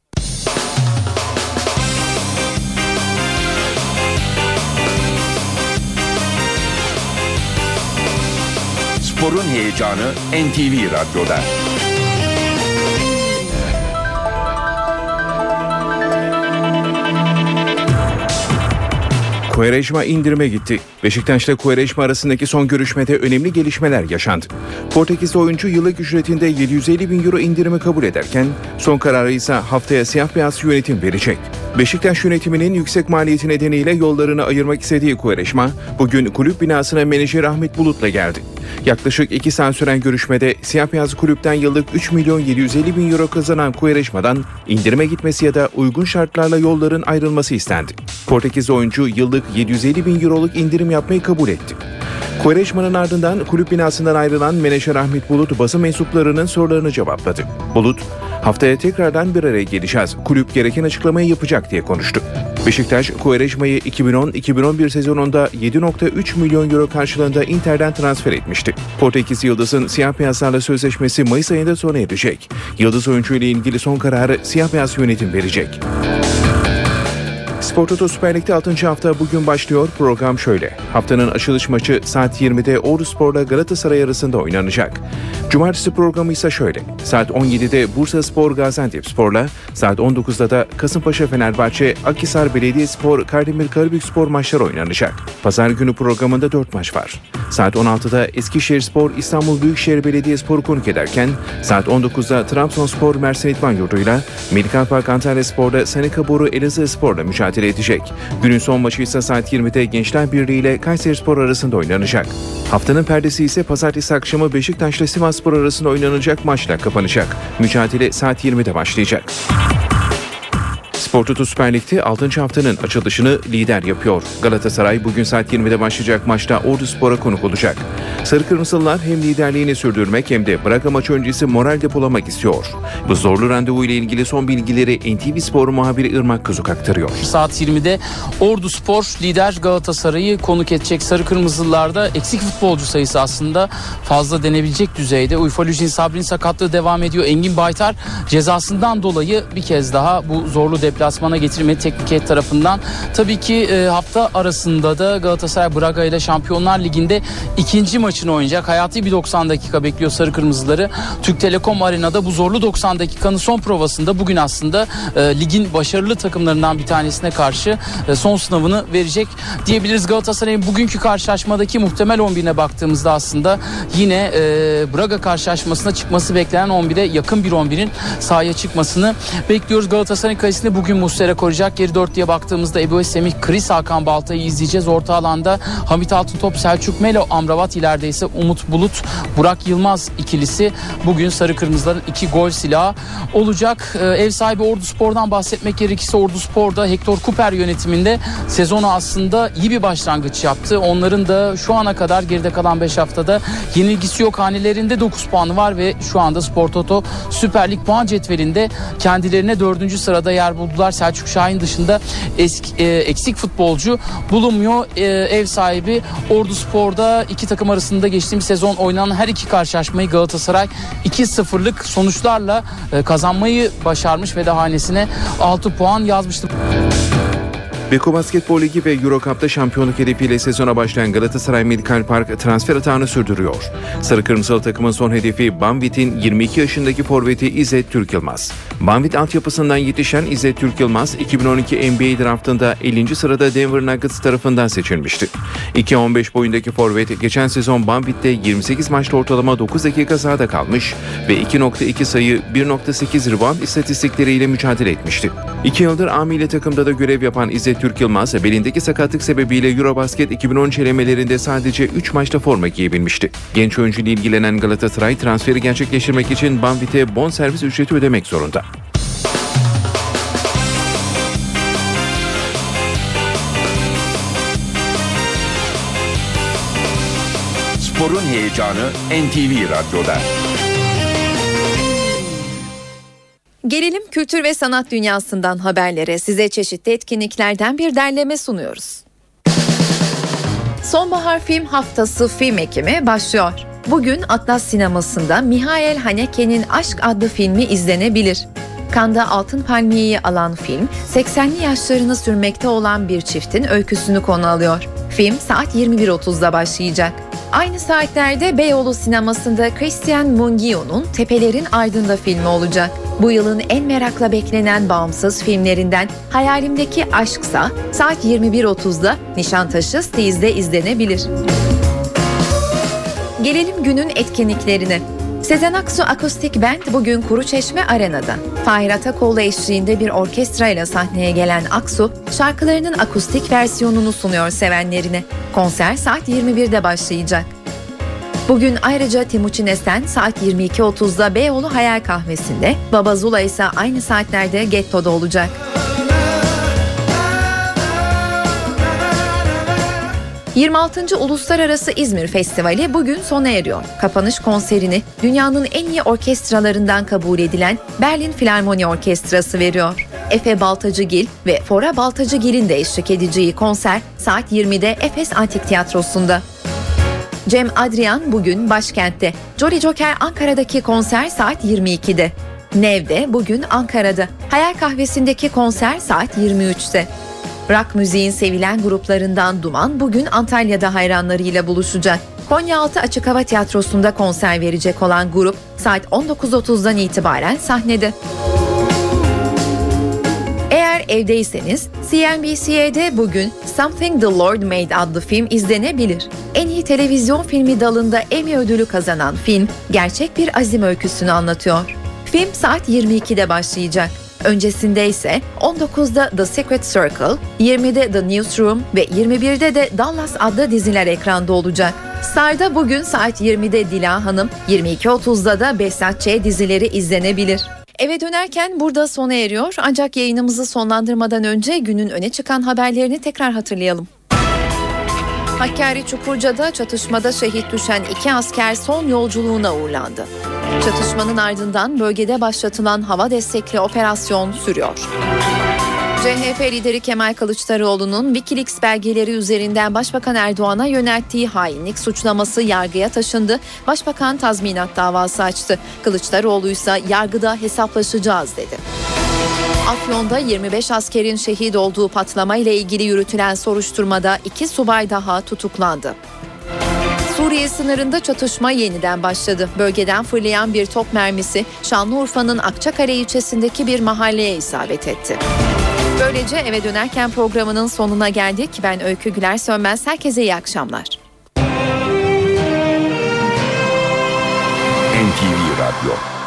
Sporun heyecanı N T V Radyo'da. Quaresma indirime gitti. Beşiktaş'la Quaresma arasındaki son görüşmede önemli gelişmeler yaşandı. Portekizli oyuncu yıllık ücretinde yedi yüz elli bin euro indirimi kabul ederken son kararı ise haftaya siyah beyaz yönetim verecek. Beşiktaş yönetiminin yüksek maliyeti nedeniyle yollarını ayırmak istediği Quaresma bugün kulüp binasına menajer Ahmet Bulut'la geldi. Yaklaşık iki saat süren görüşmede siyah beyaz kulüpten yıllık üç milyon yedi yüz elli bin euro kazanan Quaresma'dan indirime gitmesi ya da uygun şartlarla yolların ayrılması istendi. Portekizli oyuncu yıllık yedi yüz elli bin euroluk indirim yapmayı kabul etti. Quaresma'nın ardından kulüp binasından ayrılan menajer Ahmet Bulut basın mensuplarının sorularını cevapladı. Bulut, haftaya tekrardan bir araya geleceğiz, kulüp gereken açıklamayı yapacak diye konuştu. Beşiktaş, Quaresma'yı iki bin on iki bin on bir sezonunda yedi virgül üç milyon euro karşılığında Inter'den transfer etmişti. Portekiz Yıldız'ın siyah beyazlarla sözleşmesi Mayıs ayında sona erecek. Yıldız oyuncu ile ilgili son kararı siyah beyaz yönetim verecek. Spor Toto Süper Lig'de altıncı hafta bugün başlıyor. Program şöyle. Haftanın açılış maçı saat yirmide Orduspor'la Galatasaray arasında oynanacak. Cumartesi programı ise şöyle. Saat on yedide Bursaspor Gaziantepspor'la, saat on dokuzda da Kasımpaşa Fenerbahçe, Akhisar Belediyespor, Kardemir Karabükspor maçları oynanacak. Pazar günü programında dört maç var. Saat on altıda Eskişehirspor İstanbul Büyükşehir Belediyespor'u konuk ederken, saat on dokuzda Trabzonspor Mersin İdman Yurdu'yla, Medikal Park Antalyaspor'da Seneca Boru Elazığspor'la mücadele mücadele edecek. Günün son maçı ise saat yirmide Gençler Birliği ile Kayserispor arasında oynanacak. Haftanın perdesi ise pazartesi akşamı Beşiktaş'la Sivasspor arasında oynanacak maçla kapanacak. Mücadele saat yirmide başlayacak. Spor Toto Süper Lig'de altıncı haftanın açılışını lider yapıyor. Galatasaray bugün saat yirmide başlayacak maçta Orduspor'a konuk olacak. Sarı Kırmızılılar hem liderliğini sürdürmek hem de Braga maçı öncesi moral depolamak istiyor. Bu zorlu randevu ile ilgili son bilgileri N T V Spor muhabiri Irmak Kızuk aktarıyor. Saat yirmide Orduspor lider Galatasaray'ı konuk edecek. Sarı Kırmızılılarda eksik futbolcu sayısı aslında fazla denebilecek düzeyde. Uyfalujin Sabri'nin sakatlığı devam ediyor. Engin Baytar cezasından dolayı bir kez daha bu zorlu deplasmana getirmedi teknik heyet tarafından. Tabii ki e, hafta arasında da Galatasaray Braga ile Şampiyonlar Ligi'nde ikinci maçını oynayacak. Hayati bir doksan dakika bekliyor Sarı Kırmızıları. Türk Telekom Arena'da bu zorlu doksan dakikanın son provasında bugün aslında e, ligin başarılı takımlarından bir tanesine karşı e, son sınavını verecek diyebiliriz. Galatasaray'ın bugünkü karşılaşmadaki muhtemel on birine baktığımızda aslında yine e, Braga karşılaşmasına çıkması beklenen on bire yakın bir on birin sahaya çıkmasını bekliyoruz. Galatasaray'ın kalesinde bugün Muslera koruyacak. Geri dörtlüye baktığımızda Ebu Semih, Chris Hakan Balta'yı izleyeceğiz. Orta alanda Hamit Altıntop, Selçuk Melo, Amrabat, ileride ise Umut Bulut, Burak Yılmaz ikilisi bugün Sarı Kırmızıların iki gol silahı olacak. Ee, ev sahibi Orduspor'dan bahsetmek gerekirse Orduspor'da Hector Cooper yönetiminde sezonu aslında iyi bir başlangıç yaptı. Onların da şu ana kadar geride kalan beş haftada yenilgisi yok. Hanelerinde dokuz puanı var ve şu anda Spor Toto Süper Lig puan cetvelinde kendilerine dördüncü sırada yer buldular. Selçuk Şahin dışında eski, e, eksik futbolcu bulunmuyor. E, ev sahibi Orduspor'da iki takım arasında geçtiğimiz sezon oynanan her iki karşılaşmayı Galatasaray iki sıfırlık sonuçlarla e, kazanmayı başarmış ve de hanesine altı puan yazmıştı. Beko Basketbol Ligi ve Euro Cup'ta şampiyonluk hedefiyle sezona başlayan Galatasaray Medical Park transfer atağını sürdürüyor. Sarı Kırmızılı takımın son hedefi Banvit'in yirmi iki yaşındaki forveti İzzet Türk Yılmaz. Banvit altyapısından yetişen İzzet Türk Yılmaz iki bin on iki N B A draftında ellinci sırada Denver Nuggets tarafından seçilmişti. iki on beş boyundaki forvet geçen sezon Banvit'te yirmi sekiz maçta ortalama dokuz dakika sahada kalmış ve iki nokta iki sayı bir nokta sekiz rebound istatistikleriyle mücadele etmişti. iki yıldır A milli takımda da görev yapan İzzet Türk Yılmaz belindeki sakatlık sebebiyle Eurobasket iki bin on üç elemelerinde sadece üç maçta forma giyebilmişti. Genç oyuncu ile ilgilenen Galatasaray transferi gerçekleştirmek için Banvit'e bonservis ücreti ödemek zorunda. Sporun heyecanı N T V Radyo'da. Gelelim kültür ve sanat dünyasından haberlere. Size çeşitli etkinliklerden bir derleme sunuyoruz. Sonbahar Film Haftası film ekimi başlıyor. Bugün Atlas Sineması'nda Mihail Haneke'nin Aşk adlı filmi izlenebilir. Cannes'da Altın Palmiye'yi alan film, seksenli yaşlarını sürmekte olan bir çiftin öyküsünü konu alıyor. Film saat yirmi bir otuzda başlayacak. Aynı saatlerde Beyoğlu Sineması'nda Christian Mungiu'nun Tepelerin Ardında filmi olacak. Bu yılın en merakla beklenen bağımsız filmlerinden Hayalimdeki Aşksa saat yirmi bir otuzda Nişantaşı Stiz'de izlenebilir. Gelelim günün etkinliklerine. Sezen Aksu Akustik Band bugün Kuruçeşme Arena'da. Fahir Atakoğlu eşliğinde bir orkestrayla sahneye gelen Aksu, şarkılarının akustik versiyonunu sunuyor sevenlerine. Konser saat yirmi birde başlayacak. Bugün ayrıca Timuçin Esen saat yirmi iki otuzda Beyoğlu Hayal Kahvesi'nde, Baba Zula ise aynı saatlerde Getto'da olacak. yirmi altıncı Uluslararası İzmir Festivali bugün sona eriyor. Kapanış konserini dünyanın en iyi orkestralarından kabul edilen Berlin Filarmoni Orkestrası veriyor. Efe Baltacıgil ve Fora Baltacıgil'in de eşlik edeceği konser saat yirmide Efes Antik Tiyatrosu'nda. Cem Adrian bugün başkentte. Jolly Joker Ankara'daki konser saat yirmi ikide. Nev'de bugün Ankara'da. Hayal Kahvesi'ndeki konser saat yirmi üçte. Rock müziğin sevilen gruplarından Duman bugün Antalya'da hayranlarıyla buluşacak. Konyaaltı Açık Hava Tiyatrosu'nda konser verecek olan grup saat on dokuz otuzdan itibaren sahnede. Eğer evdeyseniz C N B C'de bugün Something the Lord Made adlı film izlenebilir. En iyi televizyon filmi dalında Emmy ödülü kazanan film gerçek bir azim öyküsünü anlatıyor. Film saat yirmi ikide başlayacak. Öncesinde ise on dokuzda The Secret Circle, yirmide The Newsroom ve yirmi birde de Dallas adlı diziler ekranda olacak. Star'da bugün saat yirmide Dila Hanım, yirmi iki otuzda da Behzat Ç. dizileri izlenebilir. Eve dönerken burada sona eriyor, ancak yayınımızı sonlandırmadan önce günün öne çıkan haberlerini tekrar hatırlayalım. Hakkari Çukurca'da çatışmada şehit düşen iki asker son yolculuğuna uğurlandı. Çatışmanın ardından bölgede başlatılan hava destekli operasyon sürüyor. C H P lideri Kemal Kılıçdaroğlu'nun Wikileaks belgeleri üzerinden Başbakan Erdoğan'a yönelttiği hainlik suçlaması yargıya taşındı. Başbakan tazminat davası açtı. Kılıçdaroğlu ise yargıda hesaplaşacağız dedi. Afyon'da yirmi beş askerin şehit olduğu patlama ile ilgili yürütülen soruşturmada iki subay daha tutuklandı. Suriye sınırında çatışma yeniden başladı. Bölgeden fırlayan bir top mermisi Şanlıurfa'nın Akçakale ilçesindeki bir mahalleye isabet etti. Böylece eve dönerken programının sonuna geldik. Ben Öykü Güler Sönmez. Herkese iyi akşamlar. N T V Radyo